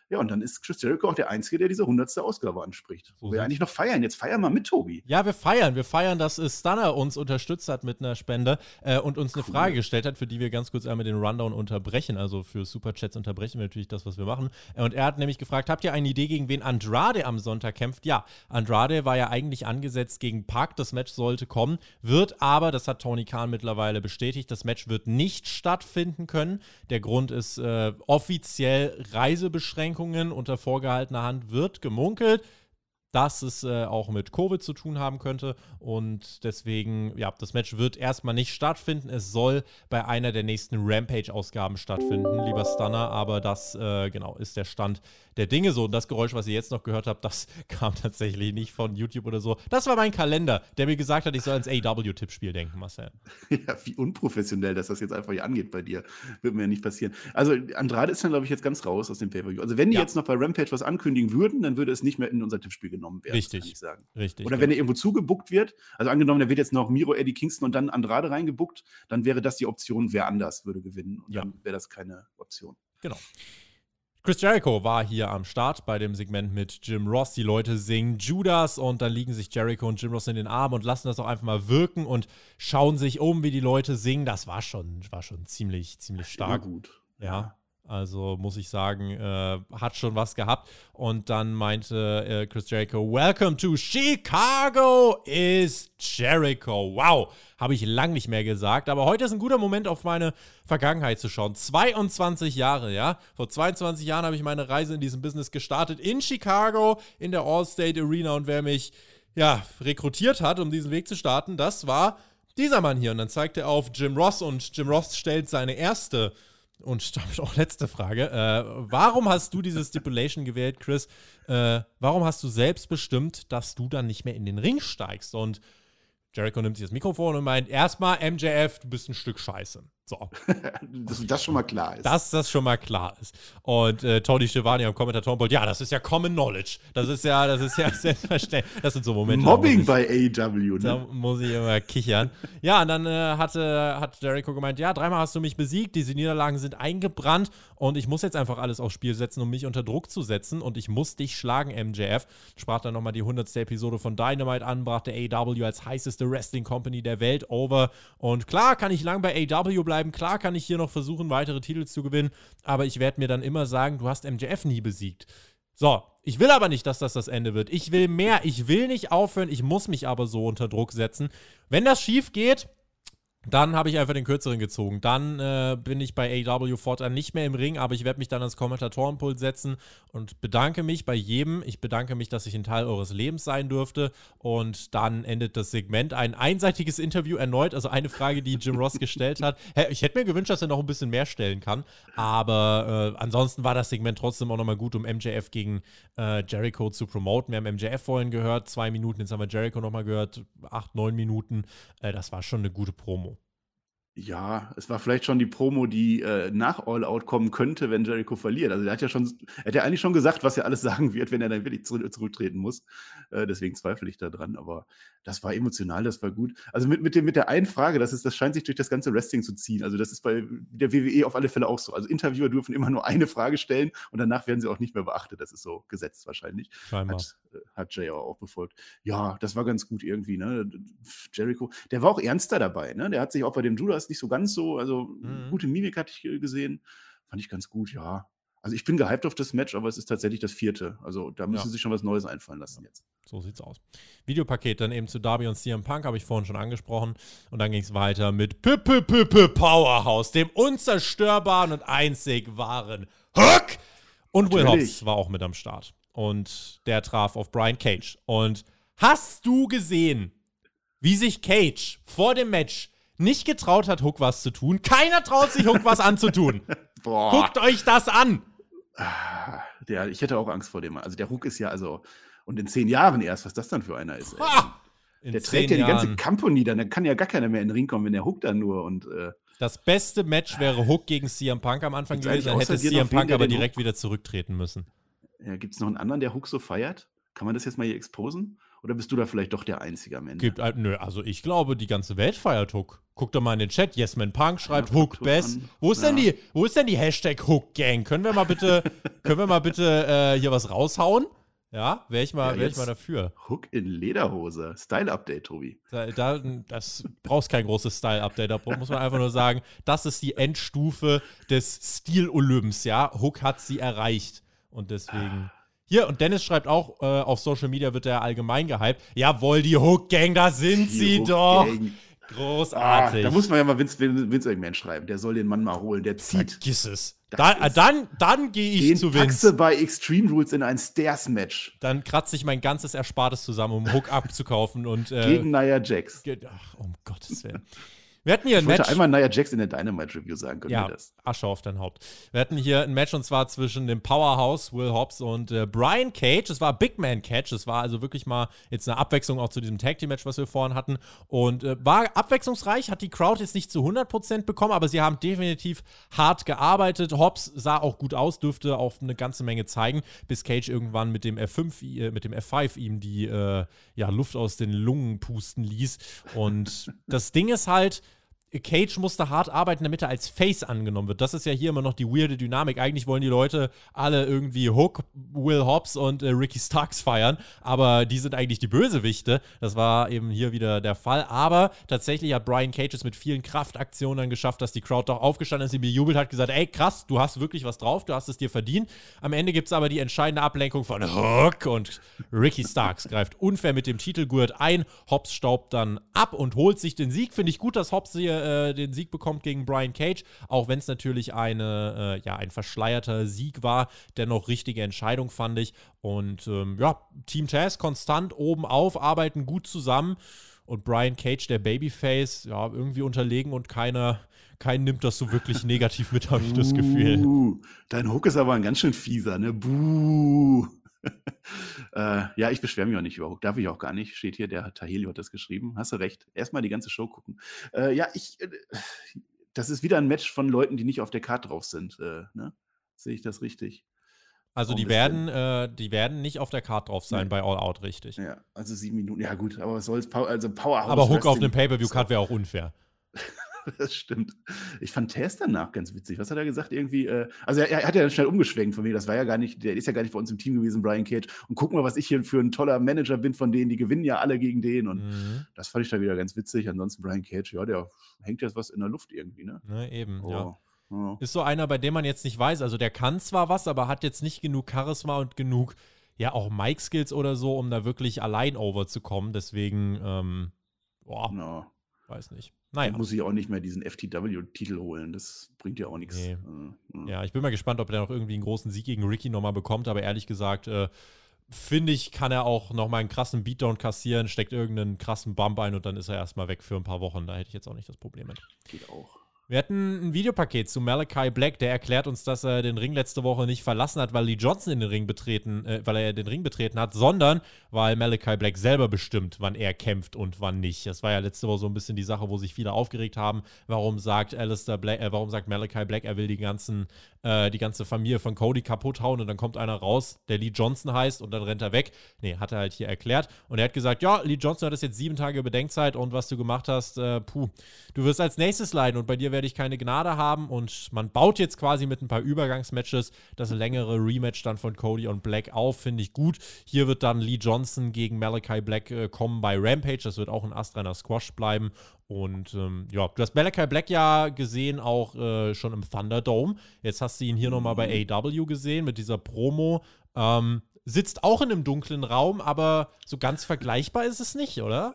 Ja, und dann ist Chris Jericho auch der Einzige, der diese hundertste Ausgabe anspricht. So Wo wir sieht's. eigentlich noch feiern. Jetzt feiern wir mit, Tobi. Ja, wir feiern. Wir feiern, dass äh, Stunner uns unterstützt hat mit einer Spende äh, und uns eine Cool. Frage gestellt hat, für die wir ganz kurz einmal den Rundown unterbrechen. Also für Superchats unterbrechen wir natürlich das, was wir machen. Äh, und er hat nämlich gefragt, habt ihr eine Idee, gegen wen Andrade am Sonntag kämpft? Ja, Andrade war ja eigentlich angesetzt gegen Pac. Das Match sollte kommen, wird aber, das hat Tony Khan mittlerweile bestätigt, das Match wird nicht stattfinden können. Der Grund ist äh, offiziell Reisebeschränkungen unter vorgehaltener Hand, wird gemunkelt, dass es äh, auch mit Covid zu tun haben könnte und deswegen, ja, das Match wird erstmal nicht stattfinden. Es soll bei einer der nächsten Rampage-Ausgaben stattfinden, lieber Stunner, aber das, äh, genau, ist der Stand der Dinge so. Und das Geräusch, was ihr jetzt noch gehört habt, das kam tatsächlich nicht von YouTube oder so. Das war mein Kalender, der mir gesagt hat, ich soll ans A E W-Tippspiel denken, Marcel. Ja, wie unprofessionell, dass das jetzt einfach hier angeht bei dir. Wird mir ja nicht passieren. Also Andrade ist dann, glaube ich, jetzt ganz raus aus dem Pay-Per-View. Also wenn die Ja. jetzt noch bei Rampage was ankündigen würden, dann würde es nicht mehr in unser Tippspiel genommen werden. Richtig. Das kann ich sagen. Richtig. Oder wenn er irgendwo zugebuckt wird, also angenommen, da wird jetzt noch Miro, Eddie Kingston und dann Andrade reingebuckt, dann wäre das die Option, wer anders würde gewinnen. Und Ja. dann wäre das keine Option. Genau. Chris Jericho war hier am Start bei dem Segment mit Jim Ross. Die Leute singen Judas und dann liegen sich Jericho und Jim Ross in den Armen und lassen das auch einfach mal wirken und schauen sich um, wie die Leute singen. Das war schon, war schon ziemlich, ziemlich stark. Immer gut. Ja, also muss ich sagen, äh, hat schon was gehabt. Und dann meinte äh, Chris Jericho, Welcome to Chicago is Jericho. Wow, habe ich lang nicht mehr gesagt. Aber heute ist ein guter Moment, auf meine Vergangenheit zu schauen. zweiundzwanzig Jahre, ja. Vor zweiundzwanzig Jahren habe ich meine Reise in diesem Business gestartet. In Chicago, in der Allstate Arena. Und wer mich, ja, rekrutiert hat, um diesen Weg zu starten, das war dieser Mann hier. Und dann zeigt er auf Jim Ross. Und Jim Ross stellt seine erste und damit auch letzte Frage. Äh, warum hast du diese Stipulation gewählt, Chris? Äh, warum hast du selbst bestimmt, dass du dann nicht mehr in den Ring steigst? Und Jericho nimmt sich das Mikrofon und meint, erstmal M J F, du bist ein Stück Scheiße. So. Dass das schon mal klar ist. Dass das schon mal klar ist. Und äh, Tony Schiavone am Kommentatorenpult, ja, das ist ja Common Knowledge. Das ist ja, das ist ja selbstverständlich. Das sind so Momente. Mobbing ich, bei A E W, Da ne? muss ich immer kichern. Ja, und dann äh, hatte, hat Jericho gemeint, ja, dreimal hast du mich besiegt, diese Niederlagen sind eingebrannt und ich muss jetzt einfach alles aufs Spiel setzen, um mich unter Druck zu setzen und ich muss dich schlagen, M J F. Sprach dann nochmal die hundertste Episode von Dynamite an, brachte A E W als heißeste Wrestling Company der Welt over und klar kann ich lang bei A E W bleiben, klar kann ich hier noch versuchen, weitere Titel zu gewinnen, aber ich werde mir dann immer sagen, du hast M J F nie besiegt. So, ich will aber nicht, dass das das Ende wird. Ich will mehr, ich will nicht aufhören, ich muss mich aber so unter Druck setzen. Wenn das schief geht, dann habe ich einfach den Kürzeren gezogen. Dann äh, bin ich bei A E W fortan nicht mehr im Ring, aber ich werde mich dann ans Kommentatorenpult setzen und bedanke mich bei jedem. Ich bedanke mich, dass ich ein Teil eures Lebens sein durfte. Und dann endet das Segment. Ein einseitiges Interview erneut, also eine Frage, die Jim Ross gestellt hat. Ich hätte mir gewünscht, dass er noch ein bisschen mehr stellen kann. Aber äh, ansonsten war das Segment trotzdem auch nochmal gut, um M J F gegen äh, Jericho zu promoten. Wir haben M J F vorhin gehört, zwei Minuten, jetzt haben wir Jericho nochmal gehört, acht, neun Minuten. Äh, das war schon eine gute Promo. Ja, es war vielleicht schon die Promo, die äh, nach All Out kommen könnte, wenn Jericho verliert. Also er hat ja schon, er hat ja eigentlich schon gesagt, was er alles sagen wird, wenn er dann wirklich zurück, zurücktreten muss. Äh, deswegen zweifle ich da dran. Aber das war emotional, das war gut. Also mit, mit, dem, mit der einen Frage, das, ist, das scheint sich durch das ganze Wrestling zu ziehen. Also das ist bei der W W E auf alle Fälle auch so. Also Interviewer dürfen immer nur eine Frage stellen und danach werden sie auch nicht mehr beachtet. Das ist so gesetzt wahrscheinlich. Scheinbar. Hat, hat Jay auch befolgt. Ja, das war ganz gut irgendwie. Ne? Jericho, der war auch ernster dabei. Ne? Der hat sich auch bei dem Judas nicht so ganz so, also Mhm. gute Mimik hatte ich gesehen. Fand ich ganz gut, ja. Also ich bin gehypt auf das Match, aber es ist tatsächlich das vierte. Also da müssen Ja. sie sich schon was Neues einfallen lassen jetzt. So sieht's aus. Videopaket dann eben zu Darby und C M Punk, habe ich vorhin schon angesprochen. Und dann ging es weiter mit P P P P Powerhouse, dem unzerstörbaren und einzig wahren Hook. Und Will Natürlich. Hobbs war auch mit am Start. Und der traf auf Brian Cage. Und hast du gesehen, wie sich Cage vor dem Match nicht getraut hat, Hook was zu tun? Keiner traut sich, Hook was anzutun. Boah. Guckt euch das an. Ah, Der, ich hätte auch Angst vor dem. Also der Hook ist ja also, und in zehn Jahren erst, was das dann für einer ist. Ey. Ha! In Der zehn trägt ja die ganze Jahren. Company dann, da kann ja gar keiner mehr in den Ring kommen, wenn der Hook dann nur und äh, Das beste Match wäre Hook gegen C M Punk am Anfang Gibt's gewesen, dann eigentlich hätte außer dir C M noch wen, Punk der aber den direkt wieder zurücktreten müssen. ja, gibt es noch einen anderen, der Hook so feiert? Kann man das jetzt mal hier exposen? Oder bist du da vielleicht doch der Einzige am Ende? Gibt, äh, nö, also ich glaube, die ganze Welt feiert Hook. Guck doch mal in den Chat. Yesman Punk schreibt Ja, Hook Hook Best. an. Wo ist Ja. denn die, wo ist denn die Hashtag Hook Gang? Können wir mal bitte, können wir mal bitte äh, hier was raushauen? Ja, wäre ich mal, Ja, wär ich jetzt mal dafür. Hook in Lederhose. Style-Update, Tobi. Da, da, das brauchst kein großes Style-Update. Da muss man einfach nur sagen, das ist die Endstufe des Stil-Olymps, ja. Hook hat sie erreicht. Und deswegen. Hier, und Dennis schreibt auch, äh, auf Social Media wird er allgemein gehypt. Jawohl, die Hook Gang, da sind Die sie Hook doch. Gang. Ah, Großartig. da muss man ja mal Vince, Vince McMahon schreiben. Der soll den Mann mal holen. Der zieht. Vergiss es. Das Da, ist- dann dann gehe ich Den zu packst du Vince. bei Extreme Rules in ein Stairs-Match Dann kratze ich mein ganzes Erspartes zusammen, um Hook abzukaufen. Und, äh, gegen Nia Jax. ge- ach, um Gottes Willen. Wir hatten hier ein Ich wollte Match. einmal Nia Jax in der Dynamite-Review sagen. Können Ja, wir das? Asche auf dein Haupt. Wir hatten hier ein Match und zwar zwischen dem Powerhouse Will Hobbs und äh, Brian Cage. Es war ein Big Man Catch. Es war also wirklich mal jetzt eine Abwechslung auch zu diesem Tag Team Match, was wir vorhin hatten. Und äh, war abwechslungsreich, hat die Crowd jetzt nicht zu hundert Prozent bekommen, aber sie haben definitiv hart gearbeitet. Hobbs sah auch gut aus, dürfte auch eine ganze Menge zeigen, bis Cage irgendwann mit dem F fünf, äh, mit dem F fünf ihm die äh, ja, Luft aus den Lungen pusten ließ. Und das Ding ist halt, Cage musste hart arbeiten, damit er als Face angenommen wird. Das ist ja hier immer noch die weirde Dynamik. Eigentlich wollen die Leute alle irgendwie Hook, Will Hobbs und äh, Ricky Starks feiern, aber die sind eigentlich die Bösewichte. Das war eben hier wieder der Fall. Aber tatsächlich hat Brian Cage es mit vielen Kraftaktionen dann geschafft, dass die Crowd doch aufgestanden ist, sie bejubelt hat, gesagt, ey, krass, du hast wirklich was drauf, du hast es dir verdient. Am Ende gibt es aber die entscheidende Ablenkung von Hook und Ricky Starks greift unfair mit dem Titelgurt ein. Hobbs staubt dann ab und holt sich den Sieg. Finde ich gut, dass Hobbs hier äh, den Sieg bekommt gegen Brian Cage, auch wenn es natürlich eine, äh, ja, ein verschleierter Sieg war. Dennoch richtige Entscheidung, fand ich. Und ähm, ja, Team Taz konstant oben auf, arbeiten gut zusammen. Und Brian Cage, der Babyface, ja, irgendwie unterlegen und keiner, kein nimmt das so wirklich negativ mit, habe ich das Gefühl. Buh. Dein Hook ist aber ein ganz schön fieser, ne? Buh. äh, ja, ich beschwere mich auch nicht über Hook. Darf ich auch gar nicht. Steht hier, der Tahelio hat das geschrieben. Hast du recht. Erstmal die ganze Show gucken. Äh, ja, ich. Äh, das ist wieder ein Match von Leuten, die nicht auf der Karte drauf sind. Äh, ne? Sehe ich das richtig? Also Warum die ist werden, äh, die werden nicht auf der Karte drauf sein Nee. bei All Out, richtig. Ja, also sieben Minuten. Ja, gut, aber was soll's? Pow also Powerhouse. Aber Hook auf Wrestling. einem Pay-Per-View-Card wäre auch unfair. Das stimmt. Ich fand Taz danach ganz witzig. Was hat er gesagt? Irgendwie, äh, also er, er hat ja dann schnell umgeschwenkt von mir. Das war ja gar nicht, der ist ja gar nicht bei uns im Team gewesen, Brian Cage. Und guck mal, was ich hier für ein toller Manager bin von denen. Die gewinnen ja alle gegen den. Und Mhm. das fand ich da wieder ganz witzig. Ansonsten Brian Cage, ja, der hängt jetzt was in der Luft irgendwie, ne? Ne, eben, Oh. ja. Oh. Ist so einer, bei dem man jetzt nicht weiß, also der kann zwar was, aber hat jetzt nicht genug Charisma und genug, ja, auch Mic-Skills oder so, um da wirklich allein over zu kommen. Deswegen, ähm, boah, No. weiß nicht. Naja. Naja. Muss ich auch nicht mehr diesen F T W-Titel holen. Das bringt ja auch nichts. Nee. Äh, Ja, ich bin mal gespannt, ob er noch irgendwie einen großen Sieg gegen Ricky nochmal bekommt, aber ehrlich gesagt, äh, finde ich, kann er auch nochmal einen krassen Beatdown kassieren, steckt irgendeinen krassen Bump ein und dann ist er erstmal weg für ein paar Wochen. Da hätte ich jetzt auch nicht das Problem mit. Geht auch. Wir hatten ein Videopaket zu Malachi Black, der erklärt uns, dass er den Ring letzte Woche nicht verlassen hat, weil Lee Johnson in den Ring betreten, äh, weil er den Ring betreten hat, sondern weil Malachi Black selber bestimmt, wann er kämpft und wann nicht. Das war ja letzte Woche so ein bisschen die Sache, wo sich viele aufgeregt haben. Warum sagt Alistair Black, äh, warum sagt Malachi Black, er will die ganzen, äh, die ganze Familie von Cody kaputt hauen und dann kommt einer raus, der Lee Johnson heißt und dann rennt er weg. Nee, hat er halt hier erklärt. Und er hat gesagt, ja, Lee Johnson hat jetzt sieben Tage Bedenkzeit und was du gemacht hast, äh, puh, du wirst als nächstes leiden und bei dir werde ich keine Gnade haben und man baut jetzt quasi mit ein paar Übergangsmatches das längere Rematch dann von Cody und Black auf, finde ich gut. Hier wird dann Lee Johnson gegen Malachi Black äh, kommen bei Rampage, das wird auch ein astreiner Squash bleiben und ähm, ja, du hast Malachi Black ja gesehen, auch äh, schon im Thunderdome, jetzt hast du ihn hier nochmal bei A E W gesehen mit dieser Promo, ähm, sitzt auch in einem dunklen Raum, aber so ganz vergleichbar ist es nicht, oder?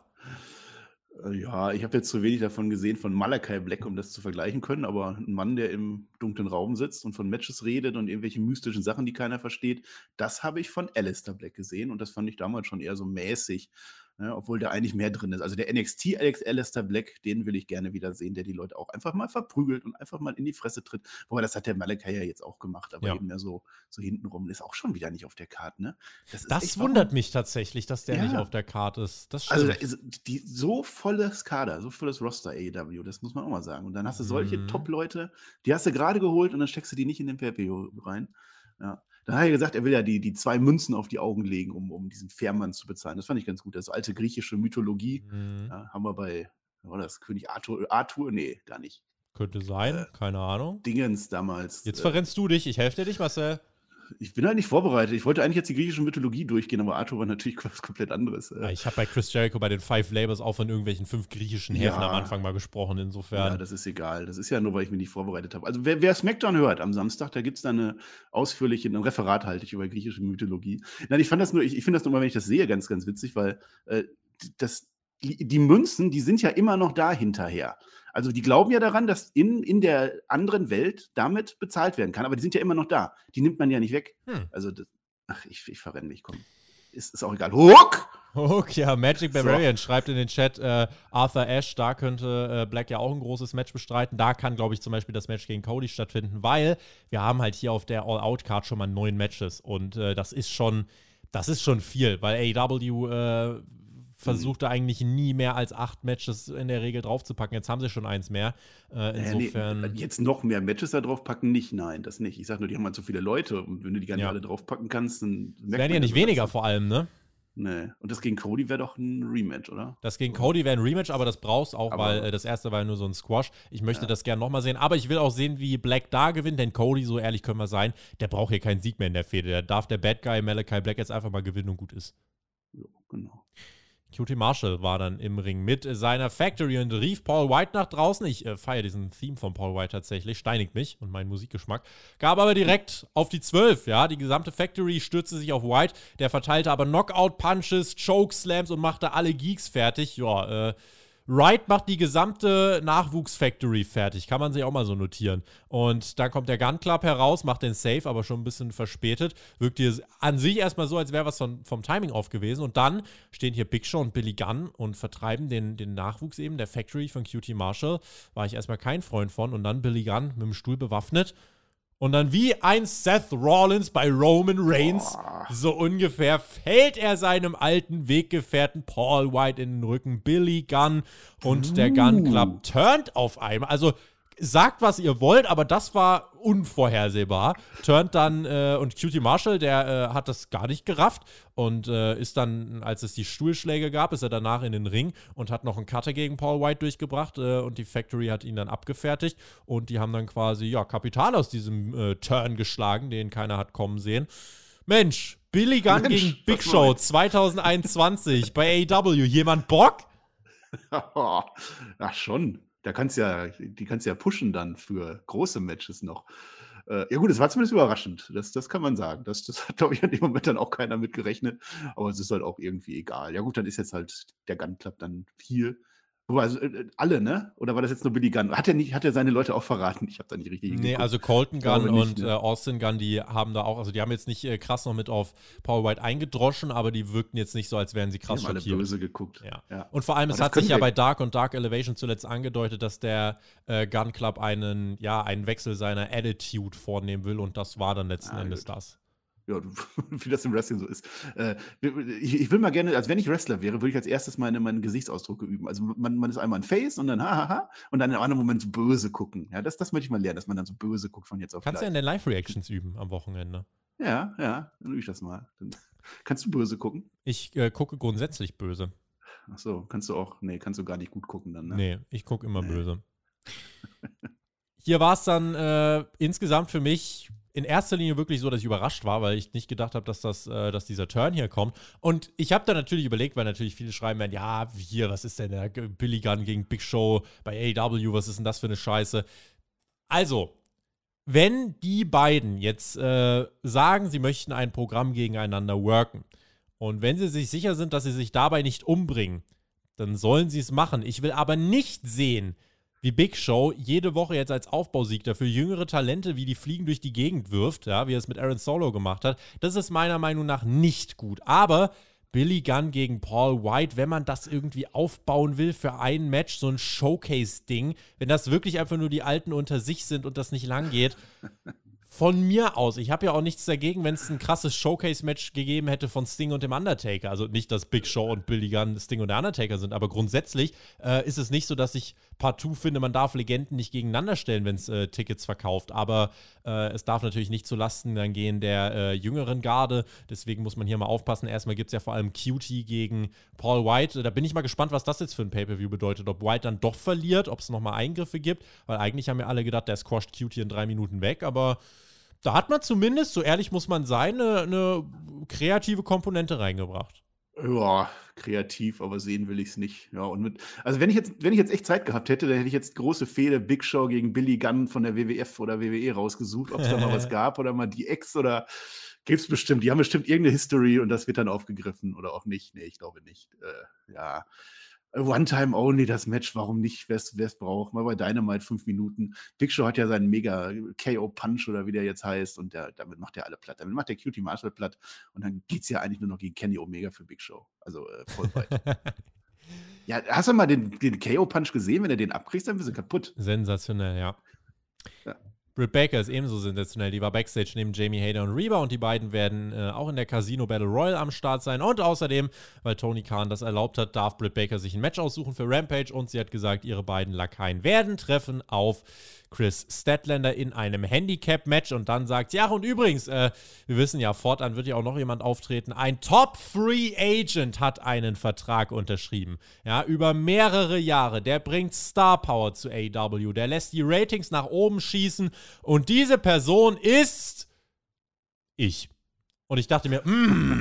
Ja, ich habe jetzt zu wenig davon gesehen, von Malachi Black, um das zu vergleichen können, aber ein Mann, der im dunklen Raum sitzt und von Matches redet und irgendwelche mystischen Sachen, die keiner versteht, das habe ich von Alistair Black gesehen und das fand ich damals schon eher so mäßig, ne, obwohl da eigentlich mehr drin ist. Also der N X T Alex Alistair Black, den will ich gerne wieder sehen, der die Leute auch einfach mal verprügelt und einfach mal in die Fresse tritt. Wobei, das hat der Malachi ja jetzt auch gemacht, aber Ja. eben mehr so, so hintenrum. Ist auch schon wieder nicht auf der Karte, ne? Das, ist Das echt, wundert warum- mich tatsächlich, dass der Ja. nicht auf der Karte ist. Das Also da stimmt. ist die, so volles Kader, so volles Roster A E W, das muss man auch mal sagen. Und dann hast du solche Mhm. Top-Leute, die hast du gerade geholt und dann steckst du die nicht in den Pay-Per-View rein. Ja. Da hat er gesagt, er will ja die, die zwei Münzen auf die Augen legen, um, um diesen Fährmann zu bezahlen. Das fand ich ganz gut. Das ist alte griechische Mythologie. Mhm. Ja, haben wir bei, was war das, König Arthur? Arthur? Nee, gar nicht. Könnte sein, Äh, keine Ahnung. Dingens damals. Jetzt äh, verrennst du dich, ich helfe dir nicht, Marcel. Ich bin halt nicht vorbereitet. Ich wollte eigentlich jetzt die griechische Mythologie durchgehen, aber Arthur war natürlich was komplett anderes. Ja, Äh, ich habe bei Chris Jericho bei den Five Labors auch von irgendwelchen fünf griechischen Häfen Ja. am Anfang mal gesprochen, Ja, insofern. das ist egal. Das ist ja nur, weil ich mich nicht vorbereitet habe. Also wer, wer SmackDown hört am Samstag, da gibt es dann eine ausführliche, ein Referat halte ich über griechische Mythologie. Nein, ich fand das nur, ich, ich finde das nur mal, wenn ich das sehe, ganz, ganz witzig, weil äh, das, die, die Münzen, die sind ja immer noch da hinterher. Also die glauben ja daran, dass in, in der anderen Welt damit bezahlt werden kann, aber die sind ja immer noch da. Die nimmt man ja nicht weg. Hm. Also, das, ach, ich, ich verrenne mich, komm. Ist, ist auch egal. Hook! Okay, ja, Magic So. Barbarian schreibt in den Chat, äh, Arthur Ashe, da könnte äh, Black ja auch ein großes Match bestreiten. Da kann, glaube ich, zum Beispiel das Match gegen Cody stattfinden, weil wir haben halt hier auf der All-Out-Card schon mal neun Matches und äh, das ist schon, das ist schon viel, weil A E W äh, versuchte eigentlich nie mehr als acht Matches in der Regel draufzupacken. Jetzt haben sie schon eins mehr. Äh, Äh, insofern. nee, jetzt noch mehr Matches da draufpacken? Nicht, nein, das nicht. Ich sag nur, die haben halt so viele Leute und wenn du die gar nicht Ja. alle draufpacken kannst, dann Es werden ja nicht weniger vor allem, ne? Nee. Und das gegen Cody wäre doch ein Rematch, oder? Das gegen Cody wäre ein Rematch, aber das brauchst auch, Aber- weil äh, das erste war ja nur so ein Squash. Ich möchte Ja. das gerne nochmal sehen, aber ich will auch sehen, wie Black da gewinnt, denn Cody, so ehrlich können wir sein, der braucht hier keinen Sieg mehr in der Fehde. Der darf der Bad Guy Malachi Black jetzt einfach mal gewinnen und gut ist. Ja, genau. Q T Marshall war dann im Ring mit seiner Factory und rief Paul White nach draußen. Ich äh, feiere diesen Theme von Paul White tatsächlich, steinigt mich und meinen Musikgeschmack. Gab aber direkt auf die zwölf, ja. Die gesamte Factory stürzte sich auf White. Der verteilte aber Knockout-Punches, Chokeslams und machte alle Geeks fertig. Ja, äh, Wright macht die gesamte Nachwuchs-Factory fertig. Kann man sich auch mal so notieren. Und dann kommt der Gun Club heraus, macht den Save, aber schon ein bisschen verspätet. Wirkt hier an sich erstmal so, als wäre was von, vom Timing auf gewesen. Und dann stehen hier Big Show und Billy Gunn und vertreiben den, den Nachwuchs eben der Factory von Q T Marshall. War ich erstmal kein Freund von. Und dann Billy Gunn mit dem Stuhl bewaffnet. Und dann wie ein Seth Rollins bei Roman Reigns, Boah. so ungefähr, fällt er seinem alten Weggefährten Paul White in den Rücken, Billy Gunn und der Gun Club turnt auf einmal. Also sagt, was ihr wollt, aber das war unvorhersehbar. Turnt dann, äh, und Q T Marshall, der äh, hat das gar nicht gerafft und äh, ist dann, als es die Stuhlschläge gab, ist er danach in den Ring und hat noch einen Cutter gegen Paul White durchgebracht äh, und die Factory hat ihn dann abgefertigt und die haben dann quasi, ja, Kapital aus diesem äh, Turn geschlagen, den keiner hat kommen sehen. Mensch, Billy Gunn Mensch, gegen Big was Show meinst? zwanzig einundzwanzig bei A E W. Jemand Bock? Ach schon. Da kannst ja, die kannst ja pushen dann für große Matches noch. Äh, ja gut, es war zumindest überraschend. Das, das kann man sagen. Das, das hat, glaube ich, an dem Moment dann auch keiner mit gerechnet. Aber es ist halt auch irgendwie egal. Ja gut, dann ist jetzt halt der Gun Club dann hier. Wobei, also, äh, alle, ne? Oder war das jetzt nur Billy Gunn? Hat er nicht, hat er seine Leute auch verraten? Ich habe da nicht richtig Nee, hingeguckt. also Colton Ich glaube Gunn nicht, und ne? äh, Austin Gunn, die haben da auch, also die haben jetzt nicht äh, krass noch mit auf Paul White eingedroschen, aber die wirkten jetzt nicht so, als wären sie Die krass haben alle schockiert. böse geguckt. Ja. Ja. Und vor allem, Aber es das hat sich können ja wir- bei Dark und Dark Elevation zuletzt angedeutet, dass der äh, Gun Club einen, ja, einen Wechsel seiner Attitude vornehmen will und das war dann letzten Ah, Endes gut. das. Ja, du- wie das im Wrestling so ist. Äh, ich, ich will mal gerne, als wenn ich Wrestler wäre, würde ich als erstes meine, meine Gesichtsausdrücke üben. Also man, man ist einmal ein Face und dann hahaha und dann in einem anderen Moment so böse gucken. Ja, das, das möchte ich mal lernen, dass man dann so böse guckt von jetzt auf Kannst du ja gleich. in den Live-Reactions üben am Wochenende. Ja, ja, dann übe ich das mal. Dann, kannst du böse gucken? Ich äh, gucke grundsätzlich böse. Ach so, kannst du auch, nee, kannst du gar nicht gut gucken dann, ne? Nee, ich gucke immer Nee. böse. Hier war es dann äh, insgesamt für mich in erster Linie wirklich so, dass ich überrascht war, weil ich nicht gedacht habe, dass, das, äh, dass dieser Turn hier kommt. Und ich habe dann natürlich überlegt, weil natürlich viele schreiben werden, ja, hier, was ist denn der Billy Gunn gegen Big Show bei A E W, was ist denn das für eine Scheiße? Also, wenn die beiden jetzt äh, sagen, sie möchten ein Programm gegeneinander worken und wenn sie sich sicher sind, dass sie sich dabei nicht umbringen, dann sollen sie es machen. Ich will aber nicht sehen, wie Big Show jede Woche jetzt als Aufbausieg dafür jüngere Talente wie die Fliegen durch die Gegend wirft, ja, wie er es mit Aaron Solo gemacht hat. Das ist meiner Meinung nach nicht gut. Aber Billy Gunn gegen Paul White, wenn man das irgendwie aufbauen will für ein Match, so ein Showcase-Ding, wenn das wirklich einfach nur die Alten unter sich sind und das nicht lang geht, Von mir aus. Ich habe ja auch nichts dagegen, wenn es ein krasses Showcase-Match gegeben hätte von Sting und dem Undertaker. Also nicht, dass Big Show und Billy Gunn Sting und der Undertaker sind, aber grundsätzlich äh, ist es nicht so, dass ich partout finde, man darf Legenden nicht gegeneinander stellen, wenn es äh, Tickets verkauft. Aber äh, es darf natürlich nicht zu Lasten dann gehen der äh, jüngeren Garde. Deswegen muss man hier mal aufpassen. Erstmal gibt es ja vor allem Q T gegen Paul White. Da bin ich mal gespannt, was das jetzt für ein Pay-Per-View bedeutet. Ob White dann doch verliert, ob es nochmal Eingriffe gibt. Weil eigentlich haben ja alle gedacht, der squasht Q T in drei Minuten weg. Aber da hat man zumindest, so ehrlich muss man sein, eine, eine kreative Komponente reingebracht. Ja, kreativ, aber sehen will ich es nicht. Ja, und mit, also wenn ich jetzt, wenn ich jetzt echt Zeit gehabt hätte, dann hätte ich jetzt große Fehde Big Show gegen Billy Gunn von der W W F oder W W E rausgesucht, ob es da mal was gab oder mal die Ex oder gibt's bestimmt. Die haben bestimmt irgendeine History und das wird dann aufgegriffen oder auch nicht. Nee, ich glaube nicht. Äh, ja. One Time Only, das Match, warum nicht, wer es braucht. Mal bei Dynamite fünf Minuten. Big Show hat ja seinen mega K O-Punch oder wie der jetzt heißt und der, damit macht er alle platt. Damit macht der Q T Marshall platt und dann geht es ja eigentlich nur noch gegen Kenny Omega für Big Show. Also äh, voll weit. Ja, hast du mal den, den K O-Punch gesehen? Wenn du den abkriegst, dann bist du kaputt. Sensationell, ja. Ja. Britt Baker ist ebenso sensationell. Die war Backstage neben Jamie Hayter und Reba und die beiden werden äh, auch in der Casino Battle Royale am Start sein. Und außerdem, weil Tony Khan das erlaubt hat, darf Britt Baker sich ein Match aussuchen für Rampage und sie hat gesagt, ihre beiden Lakaien werden treffen auf Chris Statlander in einem Handicap-Match und dann sagt sie, ach und übrigens, äh, wir wissen ja, fortan wird ja auch noch jemand auftreten, ein Top-Free-Agent hat einen Vertrag unterschrieben, ja, über mehrere Jahre, der bringt Star Power zu A E W, der lässt die Ratings nach oben schießen und diese Person ist ich. Und ich dachte mir,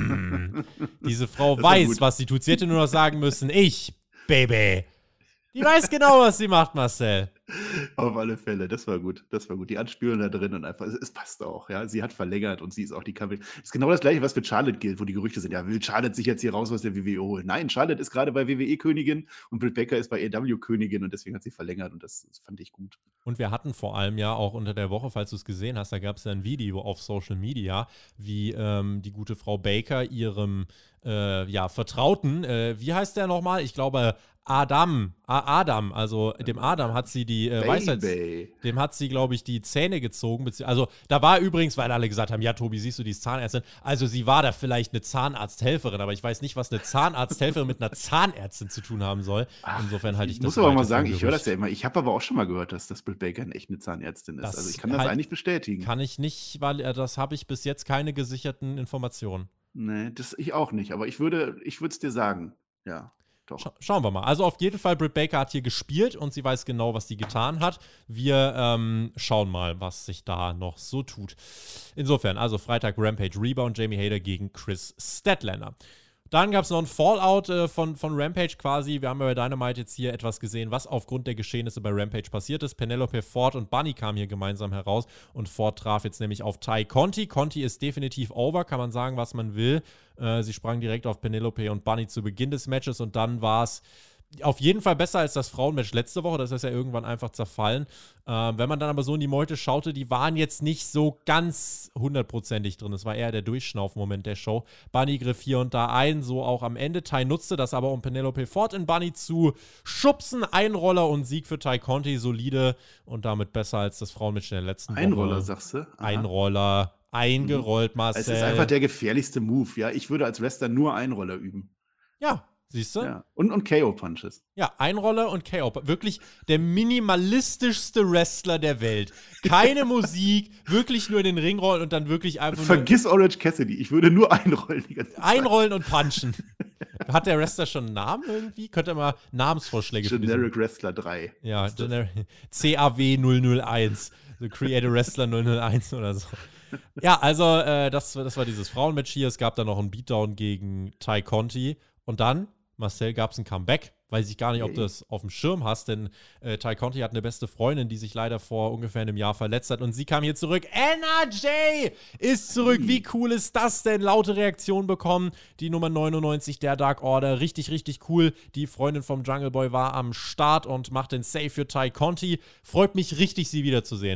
mm, diese Frau weiß, was sie tut, sie hätte nur noch sagen müssen, ich, Baby. Die weiß genau, was sie macht, Marcel. Auf alle Fälle, das war gut, das war gut. Die Anspielung da drin und einfach, es, es passt auch, ja. Sie hat verlängert und sie ist auch die Kampf. Das ist genau das Gleiche, was für Charlotte gilt, wo die Gerüchte sind, ja, will Charlotte sich jetzt hier raus aus der W W E holen? Nein, Charlotte ist gerade bei W W E-Königin und Britt Baker ist bei A E W-Königin und deswegen hat sie verlängert und das, das fand ich gut. Und wir hatten vor allem ja auch unter der Woche, falls du es gesehen hast, da gab es ja ein Video auf Social Media, wie ähm, die gute Frau Baker ihrem äh, ja, Vertrauten, äh, wie heißt der nochmal? Ich glaube, Adam, A- Adam, also dem Adam hat sie die äh, Weisheits... Dem hat sie, glaube ich, die Zähne gezogen. bezieh- Also da war übrigens, weil alle gesagt haben, ja, Tobi, siehst du, die ist Zahnärztin. Also sie war da vielleicht eine Zahnarzthelferin, aber ich weiß nicht, was eine Zahnarzthelferin mit einer Zahnärztin zu tun haben soll. Insofern halte ich, Ich das muss aber mal weiter für sagen, ein ich höre das Gerücht. ja immer. Ich habe aber auch schon mal gehört, dass das Britt Baker echt eine Zahnärztin ist. Das also ich kann das halt- eigentlich bestätigen. Kann ich nicht, weil äh, das habe ich bis jetzt keine gesicherten Informationen. Nee, das ich auch nicht, aber ich würde ich würde es dir sagen. Ja, doch. Scha- schauen wir mal. Also auf jeden Fall, Britt Baker hat hier gespielt und sie weiß genau, was sie getan hat. Wir ähm, schauen mal, was sich da noch so tut. Insofern, also Freitag Rampage, Reba und Jamie Hayter gegen Chris Statlander. Dann gab es noch ein Fallout äh, von, von Rampage quasi. Wir haben ja bei Dynamite jetzt hier etwas gesehen, was aufgrund der Geschehnisse bei Rampage passiert ist. Penelope Ford und Bunny kamen hier gemeinsam heraus und Ford traf jetzt nämlich auf Ty Conti. Conti ist definitiv over, kann man sagen, was man will. Äh, sie sprang direkt auf Penelope und Bunny zu Beginn des Matches und dann war es auf jeden Fall besser als das Frauenmatch letzte Woche. Das ist ja irgendwann einfach zerfallen. Ähm, wenn man dann aber so in die Meute schaute, die waren jetzt nicht so ganz hundertprozentig drin. Es war eher der Durchschnaufmoment der Show. Bunny griff hier und da ein, so auch am Ende. Ty nutzte das aber, um Penelope Ford in Bunny zu schubsen. Einroller und Sieg für Ty Conti, solide und damit besser als das Frauenmatch in der letzten Woche. Einroller, sagst du? Aha. Einroller, eingerollt, Marcel. Es ist einfach der gefährlichste Move, ja. Ich würde als Wrestler nur Einroller üben. Ja, siehst du? Ja. Und, und K O-Punches. Ja, Einroller und K O. Wirklich der minimalistischste Wrestler der Welt. Keine Musik, wirklich nur in den Ring rollen und dann wirklich einfach Vergiss Orange Cassidy, ich würde nur einrollen die ganze Zeit. einrollen und punchen. Hat der Wrestler schon einen Namen irgendwie? Könnte er mal Namensvorschläge für diesen- Generic Wrestler drei. Ja, Generic C A W null null eins. So Create a Wrestler null null eins oder so. Ja, also äh, das, das war dieses Frauenmatch hier. Es gab dann noch einen Beatdown gegen Ty Conti. Und dann, Marcel, gab es ein Comeback. Weiß ich gar nicht, ob du das auf dem Schirm hast, denn äh, Ty Conti hat eine beste Freundin, die sich leider vor ungefähr einem Jahr verletzt hat und sie kam hier zurück. N R J ist zurück. Wie cool ist das denn? Laute Reaktion bekommen. Die Nummer neunundneunzig der Dark Order. Richtig, richtig cool. Die Freundin vom Jungle Boy war am Start und macht den Save für Ty Conti. Freut mich richtig, sie wiederzusehen.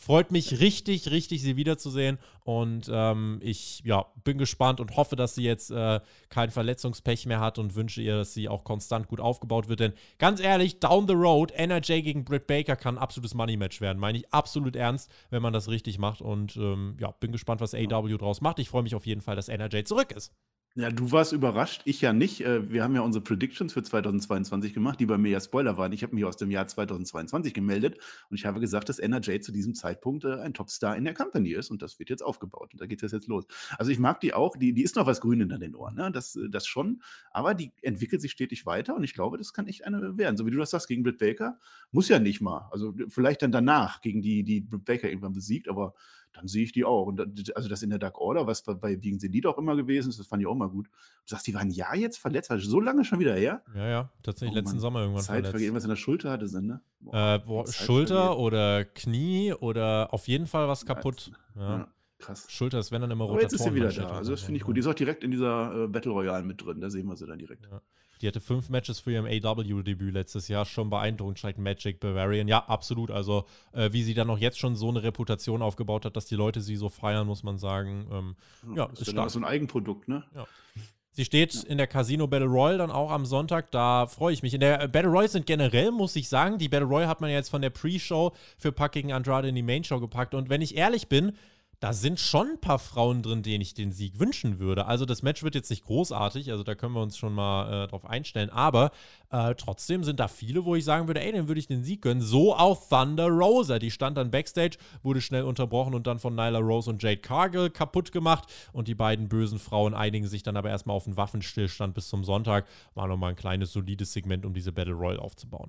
Freut mich richtig, richtig, sie wiederzusehen. Und ähm, ich ja, bin gespannt und hoffe, dass sie jetzt äh, kein Verletzungspech mehr hat und wünsche ihr, dass sie auch konstant gut aufgebaut wird. Denn ganz ehrlich, down the road, N R J gegen Britt Baker kann ein absolutes Money-Match werden. Meine ich absolut ernst, wenn man das richtig macht. Und ähm, ja, bin gespannt, was A E W draus macht. Ich freue mich auf jeden Fall, dass N R J zurück ist. Ja, du warst überrascht, ich ja nicht. Äh, Wir haben ja unsere Predictions für zweitausendzweiundzwanzig gemacht, die bei mir ja Spoiler waren. Ich habe mich aus dem Jahr zweitausendzweiundzwanzig gemeldet und ich habe gesagt, dass N R J zu diesem Zeitpunkt äh, ein Topstar in der Company ist und das wird jetzt aufgebaut und da geht es jetzt los. Also ich mag die auch, die, die ist noch was Grün hinter den Ohren, ne? Das, äh, das schon, aber die entwickelt sich stetig weiter und ich glaube, das kann echt eine werden. So wie du das sagst, gegen Britt Baker, muss ja nicht mal. Also vielleicht dann danach gegen die, die Britt Baker irgendwann besiegt, aber dann sehe ich die auch. Und da- also das in der Dark Order, was bei, bei Gegen Zenit auch immer gewesen ist, das fand ich auch mal gut. Du sagst, die waren ein Jahr jetzt verletzt, war so lange schon wieder her? Ja, ja, tatsächlich Oh letzten Mann, Sommer irgendwann Zeit verletzt. vergeht, irgendwas in der Schulter hatte sie, ne? Äh, Boah, boah, die Zeit Schulter vergeht. oder Knie oder auf jeden Fall was Ja, kaputt. Ja. ja, krass. Schulter ist, wenn dann immer Aber jetzt ist sie wieder Rotatorenmanschette da. oder Also das so. finde ich gut. Die ist auch direkt in dieser äh, Battle Royale mit drin. Da sehen wir sie dann direkt. Ja. Die hatte fünf Matches für ihrem A E W-Debüt letztes Jahr. Schon beeindruckend, steigt Magic Bavarian. Ja, absolut. Also, äh, wie sie dann auch jetzt schon so eine Reputation aufgebaut hat, dass die Leute sie so feiern, muss man sagen. Ähm, ja, das ist ist dann auch stark. so ein Eigenprodukt, ne? Ja. Sie steht Ja. in der Casino Battle Royale dann auch am Sonntag. Da freue ich mich. In der äh, Battle Royale sind generell, muss ich sagen, die Battle Royale hat man ja jetzt von der Pre-Show für Pac gegen Andrade in die Main-Show gepackt. Und wenn ich ehrlich bin, da sind schon ein paar Frauen drin, denen ich den Sieg wünschen würde. Also das Match wird jetzt nicht großartig, also da können wir uns schon mal äh, drauf einstellen. Aber äh, trotzdem sind da viele, wo ich sagen würde, ey, denen würde ich den Sieg gönnen. So auch Thunder Rosa. Die stand dann Backstage, wurde schnell unterbrochen und dann von Nyla Rose und Jade Cargill kaputt gemacht. Und die beiden bösen Frauen einigen sich dann aber erstmal auf einen Waffenstillstand bis zum Sonntag. War nochmal ein kleines, solides Segment, um diese Battle Royale aufzubauen.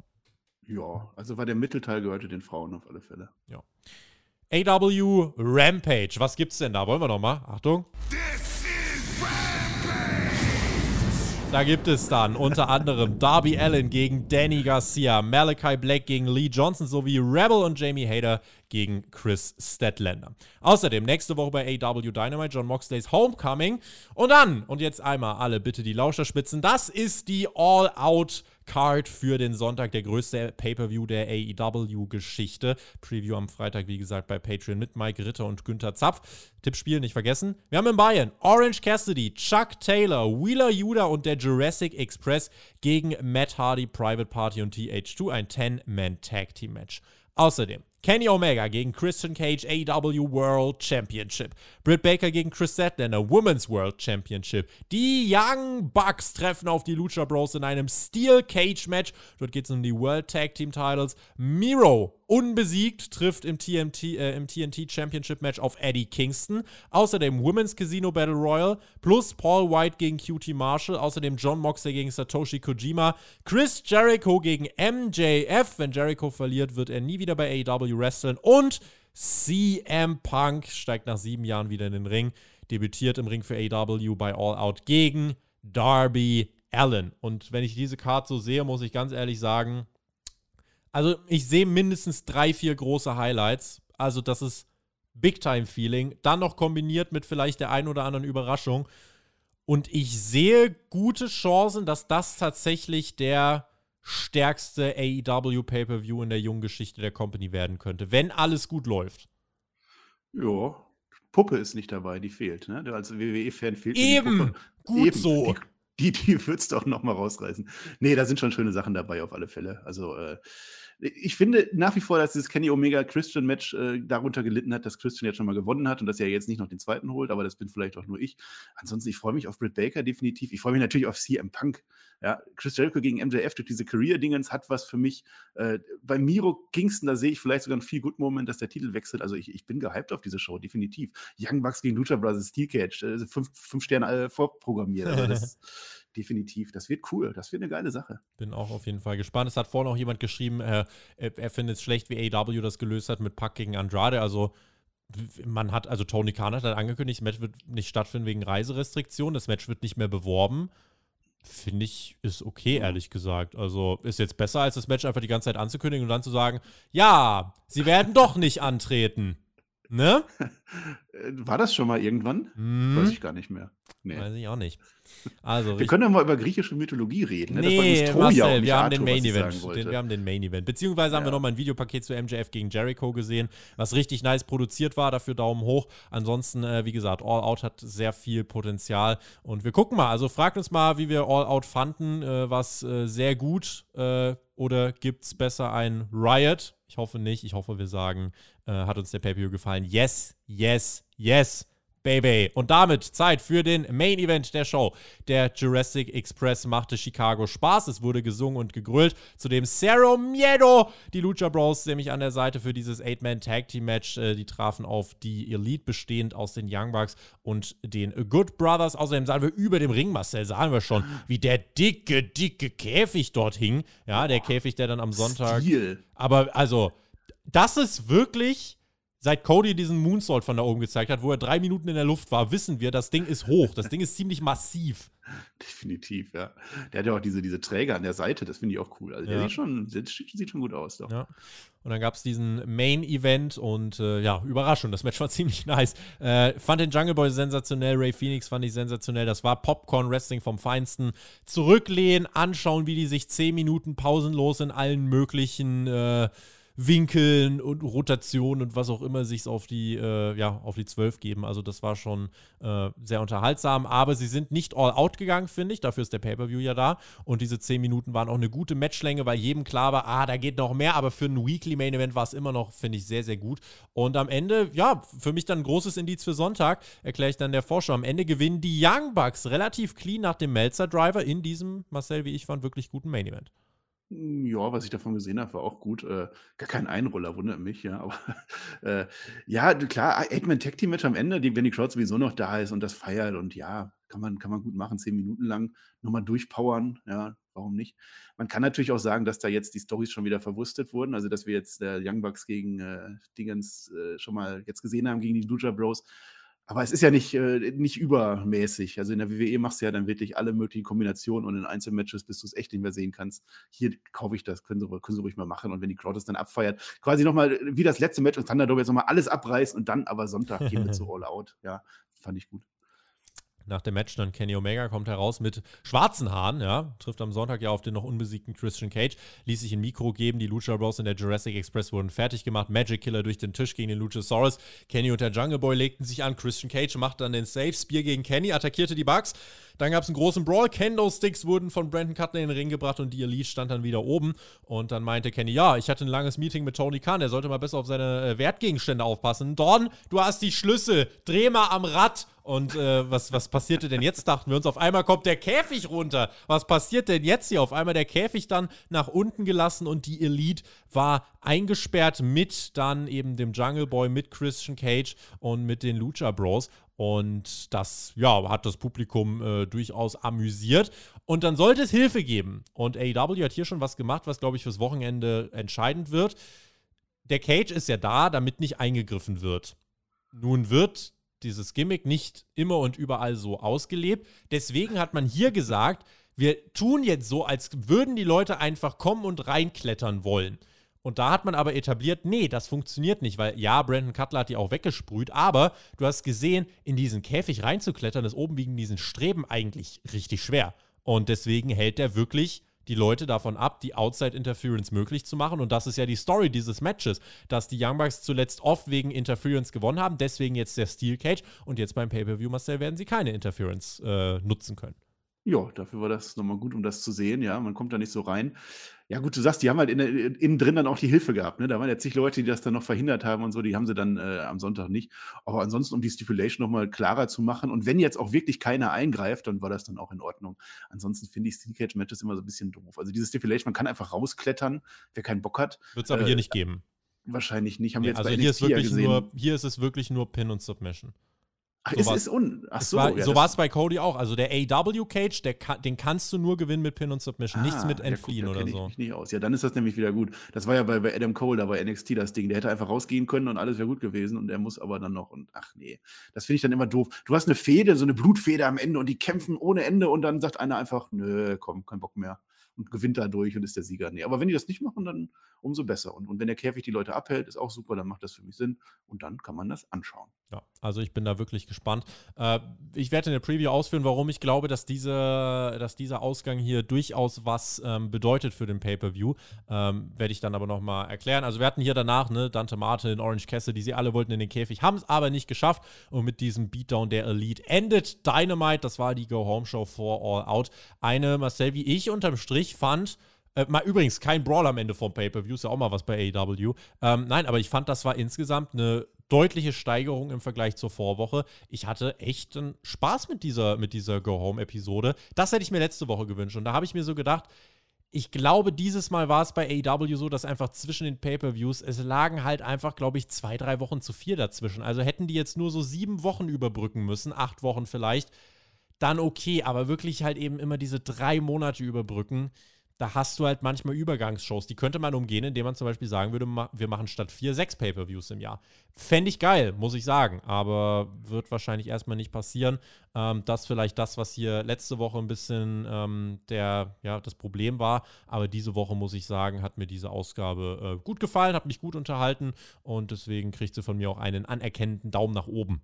Ja, also war der Mittelteil gehörte den Frauen auf alle Fälle. Ja. A E W Rampage. Was gibt's denn da? Wollen wir noch mal? Achtung. Da gibt es dann unter anderem Darby Allin gegen Danny Garcia, Malachi Black gegen Lee Johnson sowie Rebel und Jamie Hayter gegen Chris Statlander. Außerdem nächste Woche bei A E W Dynamite Jon Moxley's Homecoming. Und dann, und jetzt einmal alle bitte die Lauscherspitzen, das ist die All-Out-Card für den Sonntag, der größte Pay-Per-View der A E W-Geschichte. Preview am Freitag, wie gesagt, bei Patreon mit Mike Ritter und Günther Zapf. Tippspiel nicht vergessen. Wir haben in Bayern Orange Cassidy, Chuck Taylor, Wheeler Yuta und der Jurassic Express gegen Matt Hardy, Private Party und T H zwei, ein Ten-Man-Tag-Team-Match. Außerdem Kenny Omega gegen Christian Cage, A E W World Championship. Britt Baker gegen Chris Statlander, Women's World Championship. Die Young Bucks treffen auf die Lucha Bros in einem Steel Cage Match. Dort geht es um die World Tag Team Titles. Miro, unbesiegt, trifft im T N T, äh, im T N T Championship Match auf Eddie Kingston. Außerdem Women's Casino Battle Royal plus Paul White gegen Q T Marshall. Außerdem Jon Moxley gegen Satoshi Kojima. Chris Jericho gegen M J F. Wenn Jericho verliert, wird er nie wieder bei A E W wresteln. Und C M Punk steigt nach sieben Jahren wieder in den Ring. Debütiert im Ring für A E W bei All Out gegen Darby Allin. Und wenn ich diese Card so sehe, muss ich ganz ehrlich sagen, also ich sehe mindestens drei, vier große Highlights. Also das ist Big-Time-Feeling. Dann noch kombiniert mit vielleicht der ein oder anderen Überraschung. Und ich sehe gute Chancen, dass das tatsächlich der stärkste A E W Pay-Per-View in der jungen Geschichte der Company werden könnte, wenn alles gut läuft. Ja, Puppe ist nicht dabei, die fehlt. Ne? Als W W E-Fan fehlt mir die Eben, Puppe. gut Eben, so. Die, die, die wird es doch noch mal rausreißen. Nee, da sind schon schöne Sachen dabei auf alle Fälle. Also äh, ich finde nach wie vor, dass dieses Kenny Omega-Christian-Match äh, darunter gelitten hat, dass Christian jetzt schon mal gewonnen hat und dass er jetzt nicht noch den zweiten holt, aber das bin vielleicht auch nur ich. Ansonsten, ich freue mich auf Britt Baker definitiv. Ich freue mich natürlich auf C M Punk. Ja, Chris Jericho gegen M J F durch diese Career-Dingens hat was für mich. Äh, bei Miro Kingston, da sehe ich vielleicht sogar einen viel guten Moment, dass der Titel wechselt. Also ich, ich bin gehypt auf diese Show, definitiv. Young Bucks gegen Lucha Brothers, Steel Cage, äh, fünf, fünf Sterne äh, vorprogrammiert. Also das definitiv. Das wird cool. Das wird eine geile Sache. Bin auch auf jeden Fall gespannt. Es hat vorhin auch jemand geschrieben, äh, er findet es schlecht, wie A E W das gelöst hat mit Pac gegen Andrade. Also man hat, also Tony Khan hat halt angekündigt, das Match wird nicht stattfinden wegen Reiserestriktionen. Das Match wird nicht mehr beworben. Finde ich, ist okay, ehrlich gesagt. Also ist jetzt besser, als das Match einfach die ganze Zeit anzukündigen und dann zu sagen, ja, sie werden doch nicht antreten. Ne? Äh, war das schon mal irgendwann? Weiß Mhm. ich gar nicht mehr. Ne. Weiß ich auch nicht. Also Wir richt können ja mal über griechische Mythologie reden, ne? Das war übrigens Ne, Troja und Marcel, nicht wir haben den Arthur, was Main ich sagen Event. Den wir wollte. haben den Main Event. Beziehungsweise haben wir noch Ja. mal 'n Videopaket zu M J F gegen Jericho gesehen, was richtig nice produziert war, dafür Daumen hoch. Ansonsten, äh, wie gesagt, All Out hat sehr viel Potenzial und wir gucken mal. Also, fragt uns mal, wie wir All Out fanden. Äh, war's, äh, sehr gut, äh, oder gibt's besser ein Riot? Ich hoffe nicht. Ich hoffe, wir sagen, äh, hat uns der Pay-Per-View gefallen. Yes, yes, yes, baby. Und damit Zeit für den Main Event der Show. Der Jurassic Express machte Chicago Spaß. Es wurde gesungen und gegrölt. Zudem Cero Miedo, die Lucha Bros, nämlich an der Seite für dieses Eight-Man-Tag-Team-Match. Äh, die trafen auf die Elite, bestehend aus den Young Bucks und den Good Brothers. Außerdem sahen wir über dem Ring, Marcel, sahen wir schon, wie der dicke, dicke Käfig dort hing. Ja, der Käfig, der dann am Sonntag... Stil. Aber also, das ist wirklich... Seit Cody diesen Moonsault von da oben gezeigt hat, wo er drei Minuten in der Luft war, wissen wir, das Ding ist hoch. Das Ding ist ziemlich massiv. Definitiv, ja. Der hat ja auch diese, diese Träger an der Seite, das finde ich auch cool. Also der Ja. sieht schon, sieht, sieht schon gut aus. Doch. Ja. Und dann gab es diesen Main-Event und äh, ja, Überraschung, das Match war ziemlich nice. Äh, fand den Jungle Boy sensationell, Ray Phoenix fand ich sensationell. Das war Popcorn-Wrestling vom Feinsten. Zurücklehnen, anschauen, wie die sich zehn Minuten pausenlos in allen möglichen äh, Winkeln und Rotationen und was auch immer sich auf die, äh, ja, auf die zwölf geben. Also das war schon äh, sehr unterhaltsam. Aber sie sind nicht all out gegangen, finde ich. Dafür ist der Pay-Per-View ja da. Und diese zehn Minuten waren auch eine gute Matchlänge, weil jedem klar war, ah, da geht noch mehr. Aber für ein Weekly-Main-Event war es immer noch, finde ich, sehr, sehr gut. Und am Ende, ja, für mich dann ein großes Indiz für Sonntag, erkläre ich dann der Vorschau. Am Ende gewinnen die Young Bucks relativ clean nach dem Meltzer-Driver in diesem, Marcel, wie ich fand, wirklich guten Main-Event. Ja, was ich davon gesehen habe, war auch gut. Äh, gar kein Einroller, wundert mich, ja. Aber äh, ja, d- klar, Eight-Man-Tag-Team-Match am Ende, die, wenn die Crowd sowieso noch da ist und das feiert und ja, kann man, kann man gut machen, zehn Minuten lang nochmal durchpowern, ja, warum nicht? Man kann natürlich auch sagen, dass da jetzt die Storys schon wieder verwurstet wurden, also dass wir jetzt äh, Young Bucks gegen äh, Dingens äh, schon mal jetzt gesehen haben, gegen die Lucha Bros. Aber es ist ja nicht, äh, nicht übermäßig. Also in der W W E machst du ja dann wirklich alle möglichen Kombinationen und in Einzelmatches, bis du es echt nicht mehr sehen kannst. Hier kaufe ich das, können sie, können sie ruhig mal machen. Und wenn die Crowd es dann abfeiert, quasi nochmal wie das letzte Match und Thunderdome jetzt nochmal alles abreißen und dann aber Sonntag gehen wir zu All Out. Ja, fand ich gut. Nach dem Match dann Kenny Omega kommt heraus mit schwarzen Haaren, ja, trifft am Sonntag ja auf den noch unbesiegten Christian Cage, ließ sich ein Mikro geben, die Lucha Bros in der Jurassic Express wurden fertig gemacht, Magic Killer durch den Tisch gegen den Luchasaurus, Kenny und der Jungle Boy legten sich an, Christian Cage machte dann den Save, Spear gegen Kenny, attackierte die Bucks, dann gab es einen großen Brawl, Kendo-Sticks wurden von Brandon Cutler in den Ring gebracht und die Elite stand dann wieder oben und dann meinte Kenny, ja, ich hatte ein langes Meeting mit Tony Khan, der sollte mal besser auf seine äh, Wertgegenstände aufpassen. Don, du hast die Schlüssel, dreh mal am Rad. Und äh, was, was passierte denn jetzt, dachten wir uns. Auf einmal kommt der Käfig runter. Was passiert denn jetzt hier? Auf einmal der Käfig dann nach unten gelassen und die Elite war eingesperrt mit dann eben dem Jungle Boy, mit Christian Cage und mit den Lucha Bros. Und das, ja, hat das Publikum äh, durchaus amüsiert. Und dann sollte es Hilfe geben. Und A E W hat hier schon was gemacht, was, glaube ich, fürs Wochenende entscheidend wird. Der Cage ist ja da, damit nicht eingegriffen wird. Nun wird dieses Gimmick nicht immer und überall so ausgelebt. Deswegen hat man hier gesagt, wir tun jetzt so, als würden die Leute einfach kommen und reinklettern wollen. Und da hat man aber etabliert, nee, das funktioniert nicht, weil ja, Brandon Cutler hat die auch weggesprüht, aber du hast gesehen, in diesen Käfig reinzuklettern, ist oben wegen diesen Streben eigentlich richtig schwer. Und deswegen hält der wirklich die Leute davon ab, die Outside-Interference möglich zu machen. Und das ist ja die Story dieses Matches, dass die Young Bucks zuletzt oft wegen Interference gewonnen haben. Deswegen jetzt der Steel Cage. Und jetzt beim Pay-Per-View, Marcel, werden sie keine Interference äh, nutzen können. Ja, dafür war das nochmal gut, um das zu sehen. Ja, man kommt da nicht so rein. Ja, gut, du sagst, die haben halt in, innen drin dann auch die Hilfe gehabt. Ne? Da waren ja zig Leute, die das dann noch verhindert haben und so. Die haben sie dann äh, am Sonntag nicht. Aber ansonsten, um die Stipulation nochmal klarer zu machen. Und wenn jetzt auch wirklich keiner eingreift, dann war das dann auch in Ordnung. Ansonsten finde ich Steel Cage Matches immer so ein bisschen doof. Also diese Stipulation, man kann einfach rausklettern, wer keinen Bock hat. Wird es aber äh, hier nicht geben. Wahrscheinlich nicht. Haben wir Nee, jetzt also bei hier ist, N X T ja wirklich gesehen. nur, hier ist es wirklich nur Pin und Submission. Ach, So es war's. ist un. Ach Es so, war, ja, so das- war es bei Cody auch. Also der A E W-Cage, der kann, den kannst du nur gewinnen mit Pin und Submission. Nichts Ah, mit ja, Entfliehen guck, da oder kenn ich so. mich nicht aus. Ja, dann ist das nämlich wieder gut. Das war ja bei, bei Adam Cole, da bei N X T das Ding. Der hätte einfach rausgehen können und alles wäre gut gewesen und er muss aber dann noch und ach nee, das finde ich dann immer doof. Du hast eine Fehde, so eine Blutfehde am Ende und die kämpfen ohne Ende und dann sagt einer einfach, nö, komm, kein Bock mehr. und gewinnt dadurch und ist der Sieger. Nee, aber wenn die das nicht machen, dann umso besser. Und, und wenn der Käfig die Leute abhält, ist auch super, dann macht das für mich Sinn. Und dann kann man das anschauen. Ja, also ich bin da wirklich gespannt. Äh, ich werde in der Preview ausführen, warum ich glaube, dass, diese, dass dieser Ausgang hier durchaus was ähm, bedeutet für den Pay-Per-View. Ähm, werde ich dann aber nochmal erklären. Also wir hatten hier danach, ne, Dante Martin, Orange Cassidy, sie alle wollten in den Käfig, haben es aber nicht geschafft. Und mit diesem Beatdown der Elite endet Dynamite. Das war die Go-Home-Show for All Out. Eine, Marcel, wie ich unterm Strich fand, Äh, mal übrigens kein Brawl am Ende vom Pay-Per-View, ist ja auch mal was bei A E W. Ähm, nein, aber ich fand, das war insgesamt eine deutliche Steigerung im Vergleich zur Vorwoche. Ich hatte echt einen Spaß mit dieser, mit dieser Go-Home-Episode. Das hätte ich mir letzte Woche gewünscht. Und da habe ich mir so gedacht, ich glaube, dieses Mal war es bei A E W so, dass einfach zwischen den Pay-Per-Views, es lagen halt einfach, glaube ich, zwei, drei Wochen zu viel dazwischen. Also hätten die jetzt nur so sieben Wochen überbrücken müssen, acht Wochen vielleicht, dann okay. Aber wirklich halt eben immer diese drei Monate überbrücken. Da hast du halt manchmal Übergangsshows. Die könnte man umgehen, indem man zum Beispiel sagen würde, wir machen statt vier, sechs Pay-Per-Views im Jahr. Fände ich geil, muss ich sagen. Aber wird wahrscheinlich erstmal nicht passieren. Ähm, das vielleicht das, was hier letzte Woche ein bisschen ähm, der, ja, das Problem war. Aber diese Woche, muss ich sagen, hat mir diese Ausgabe äh, gut gefallen, hat mich gut unterhalten. Und deswegen kriegt sie von mir auch einen anerkennenden Daumen nach oben.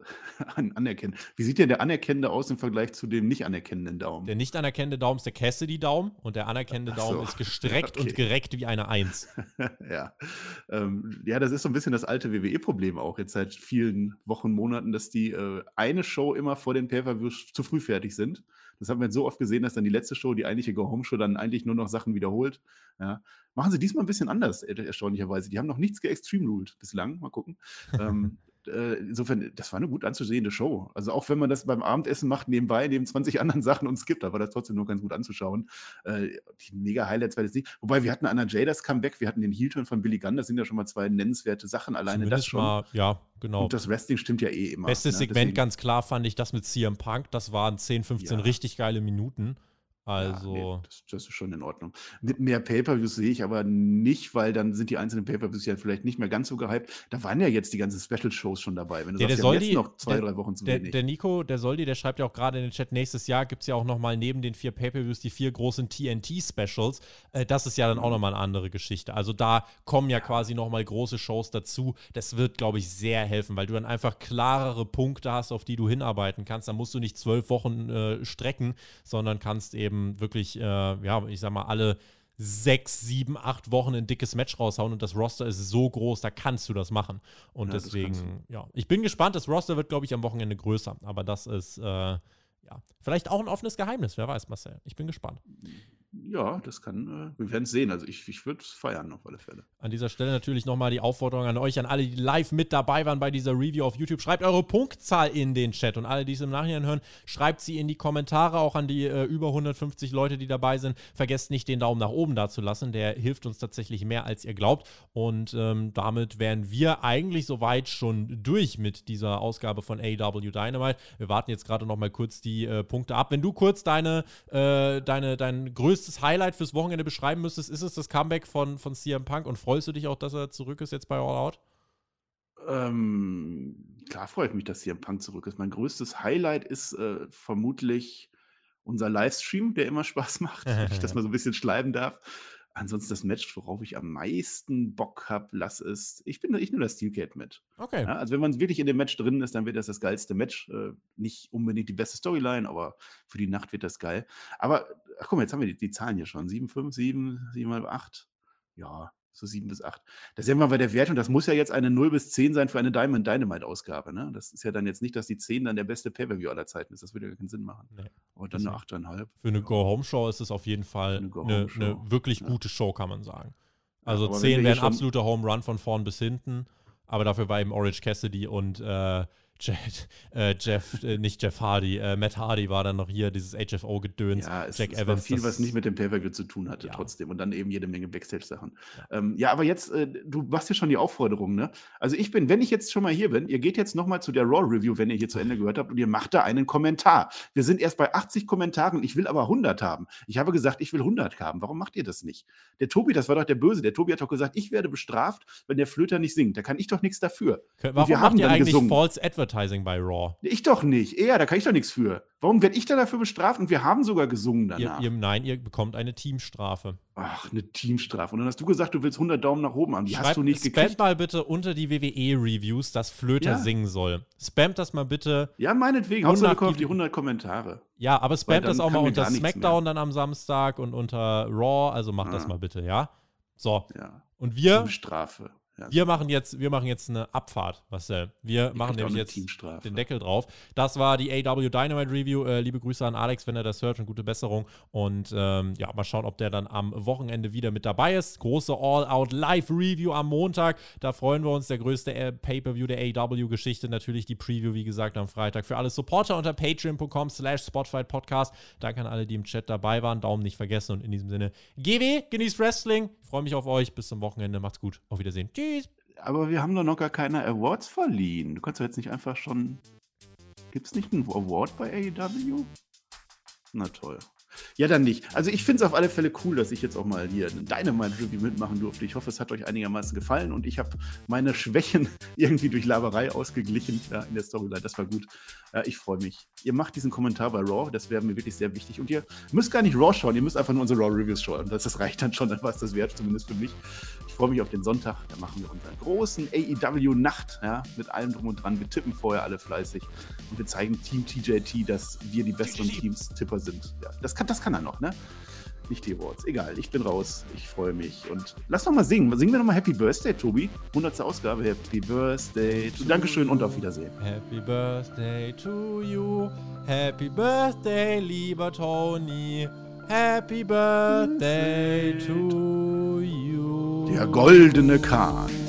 An, anerkennen. Wie sieht denn der anerkennende aus im Vergleich zu dem nicht anerkennenden Daumen? Der nicht anerkennende Daumen ist der Cassidy-Daumen und der anerkennende Ach so. Daumen ist gestreckt Okay. und gereckt wie eine Eins. ja. Ähm, ja, das ist so ein bisschen das alte W W E-Problem auch jetzt seit vielen Wochen, Monaten, dass die äh, eine Show immer vor den Pay-Per-Views zu früh fertig sind. Das haben wir jetzt so oft gesehen, dass dann die letzte Show, die eigentliche Go-Home-Show, dann eigentlich nur noch Sachen wiederholt. Ja. Machen sie diesmal ein bisschen anders, er- erstaunlicherweise. Die haben noch nichts geextreme-ruled bislang. Mal gucken. ähm, äh, insofern, das war eine gut anzusehende Show. Also auch wenn man das beim Abendessen macht, nebenbei, neben zwanzig anderen Sachen und skippt, da war das trotzdem nur ganz gut anzuschauen. Äh, die Mega-Highlights war das nicht. Wobei, wir hatten Anna Jay das Comeback, wir hatten den Heel-Turn von Billy Gunn, das sind ja schon mal zwei nennenswerte Sachen, alleine das Zumindest schon. mal, ja, genau. Und das Wrestling stimmt ja eh immer. Bestes ne? Segment, Deswegen- ganz klar, fand ich das mit C M Punk. Das waren zehn, fünfzehn Ja. richtig geile Minuten. Ja, Also, nee, das, das ist schon in Ordnung. Mit mehr Pay-Per-Views sehe ich aber nicht, weil dann sind die einzelnen Pay-Per-Views ja vielleicht nicht mehr ganz so gehypt. Da waren ja jetzt die ganzen Special-Shows schon dabei. Wenn du Ja, der sagst, wir haben Soldi- jetzt noch zwei, der- drei Wochen zu der, wenig. der Nico, der Soldi, der schreibt ja auch gerade in den Chat, nächstes Jahr gibt es ja auch nochmal neben den vier Pay-Per-Views die vier großen T N T-Specials. Äh, das ist ja dann auch nochmal eine andere Geschichte. Also da kommen ja quasi nochmal große Shows dazu. Das wird, glaube ich, sehr helfen, weil du dann einfach klarere Punkte hast, auf die du hinarbeiten kannst. Da musst du nicht zwölf Wochen äh, strecken, sondern kannst eben wirklich, äh, ja, ich sag mal, alle sechs, sieben, acht Wochen ein dickes Match raushauen und das Roster ist so groß, da kannst du das machen. Und Ja, das deswegen, kannst ja, ich bin gespannt. Das Roster wird, glaube ich, am Wochenende größer. Aber das ist, äh, ja, vielleicht auch ein offenes Geheimnis. Wer weiß, Marcel. Ich bin gespannt. Ja, das kann, äh, wir werden es sehen. Also ich, ich würde es feiern auf alle Fälle. An dieser Stelle natürlich nochmal die Aufforderung an euch, an alle, die live mit dabei waren bei dieser Review auf YouTube. Schreibt eure Punktzahl in den Chat und alle, die es im Nachhinein hören, schreibt sie in die Kommentare, auch an die äh, über hundertfünfzig Leute, die dabei sind. Vergesst nicht, den Daumen nach oben da zu lassen, der hilft uns tatsächlich mehr, als ihr glaubt. Und ähm, damit wären wir eigentlich soweit schon durch mit dieser Ausgabe von A E W Dynamite. Wir warten jetzt gerade nochmal kurz die äh, Punkte ab. Wenn du kurz deine, äh, deine, dein größtes Highlight fürs Wochenende beschreiben müsstest, ist es das Comeback von, von C M Punk und freust du dich auch, dass er zurück ist jetzt bei All Out? Ähm, klar freue ich mich, dass C M Punk zurück ist. Mein größtes Highlight ist äh, vermutlich unser Livestream, der immer Spaß macht, wenn ich das mal so ein bisschen schleiben darf. Ansonsten das Match, worauf ich am meisten Bock habe, lass es. Ich, bin, ich nehme das Steelcat mit. Okay. Ja, also wenn man wirklich in dem Match drin ist, dann wird das das geilste Match. Äh, nicht unbedingt die beste Storyline, aber für die Nacht wird das geil. Aber, ach guck mal, jetzt haben wir die, die Zahlen hier schon. sieben, fünf, sieben, sieben mal acht. Ja, so sieben bis acht. Da sind wir bei der Wertung. Das muss ja jetzt eine null bis zehn sein für eine Diamond Dynamite-Ausgabe. Ne? Das ist ja dann jetzt nicht, dass die zehn dann der beste Pay-Per-View aller Zeiten ist. Das würde ja keinen Sinn machen. Nee. Aber dann eine acht Komma fünf. Für eine Go-Home-Show ist es auf jeden Fall Für eine eine, Go-Home-Show. eine wirklich Ja. gute Show, kann man sagen. Ja, Also aber wenn zehn wir wäre hier ein schon- absoluter Home-Run von vorn bis hinten, aber dafür war eben Orange Cassidy und äh, Jeff, äh, Jeff äh, nicht Jeff Hardy, äh, Matt Hardy war dann noch hier, dieses H F O-Gedöns, Ja, es, Jack es Evans. war viel, das- was nicht mit dem Pay-Per-View zu tun hatte, Ja. trotzdem. Und dann eben jede Menge Backstage-Sachen. Ja. Ähm, ja, aber jetzt, äh, du machst ja schon die Aufforderung, ne? Also ich bin, wenn ich jetzt schon mal hier bin, ihr geht jetzt nochmal zu der Raw-Review, wenn ihr hier zu Ende gehört habt, und ihr macht da einen Kommentar. Wir sind erst bei achtzig Kommentaren, ich will aber hundert haben. Ich habe gesagt, ich will hundert haben. Warum macht ihr das nicht? Der Tobi, das war doch der Böse, der Tobi hat doch gesagt, ich werde bestraft, wenn der Flöter nicht singt. Da kann ich doch nichts dafür. Warum wir macht haben ihr dann eigentlich gesungen. False Advertising bei Raw. Ich doch nicht. Er, da kann ich doch nichts für. Warum werde ich dann dafür bestraft? Und wir haben sogar gesungen danach. Ihr, ihr, nein, ihr bekommt eine Teamstrafe. Ach, eine Teamstrafe. Und dann hast du gesagt, du willst hundert Daumen nach oben haben. Die Schreibt, hast du nicht spamt gekriegt. mal bitte unter die W W E-Reviews, dass Flöter Ja. singen soll. Spamt das mal bitte. Ja, meinetwegen. Hauptsache, du kommst die hundert Kommentare. Ja, aber spamt dann das auch kann mal mir unter gar nichts SmackDown mehr. dann am Samstag und unter Raw. Also macht Ah. das mal bitte, ja? So. Ja. Und wir, Teamstrafe. Ja, wir, machen jetzt, wir machen jetzt eine Abfahrt, Marcel. Wir Ihr machen kriegt auch nämlich eine jetzt Teamstrafe. den Deckel drauf. Das war die A E W Dynamite Review. Äh, liebe Grüße an Alex, wenn er das hört und gute Besserung. Und ähm, ja, mal schauen, ob der dann am Wochenende wieder mit dabei ist. Große All-Out-Live-Review am Montag. Da freuen wir uns. Der größte äh, Pay-Per-View der A E W-Geschichte. Natürlich die Preview, wie gesagt, am Freitag. Für alle Supporter unter patreon.com slash Spotfight-Podcast. Danke an alle, die im Chat dabei waren. Daumen nicht vergessen. Und in diesem Sinne, G W, genießt Wrestling. Ich freue mich auf euch. Bis zum Wochenende. Macht's gut. Auf Wiedersehen. Tschüss. Aber wir haben doch noch gar keine Awards verliehen. Du kannst doch jetzt nicht einfach schon... Gibt es nicht einen Award bei A E W? Na toll. Ja, dann nicht. Also ich finde es auf alle Fälle cool, dass ich jetzt auch mal hier eine Dynamite-Review mitmachen durfte. Ich hoffe, es hat euch einigermaßen gefallen und ich habe meine Schwächen irgendwie durch Laberei ausgeglichen ja, in der Storyline. Das war gut. Äh, ich freue mich. Ihr macht diesen Kommentar bei Raw, das wäre mir wirklich sehr wichtig. Und ihr müsst gar nicht Raw schauen, ihr müsst einfach nur unsere Raw-Reviews schauen. Das, das reicht dann schon, dann war es das wert, zumindest für mich. Ich freue mich auf den Sonntag, da machen wir unseren großen A E W-Nacht ja, mit allem drum und dran. Wir tippen vorher alle fleißig und wir zeigen Team T J T, dass wir die besseren Teams-Tipper sind. Ja, das kann Das kann er noch, ne? Nicht die Awards. Egal, ich bin raus. Ich freue mich. Und lass noch mal singen. Singen wir noch mal Happy Birthday, Tobi. hundertste Ausgabe. Happy Birthday. Dankeschön und auf Wiedersehen. Happy Birthday to you. Happy Birthday, lieber Tony. Happy Birthday to you. Der goldene Kahn.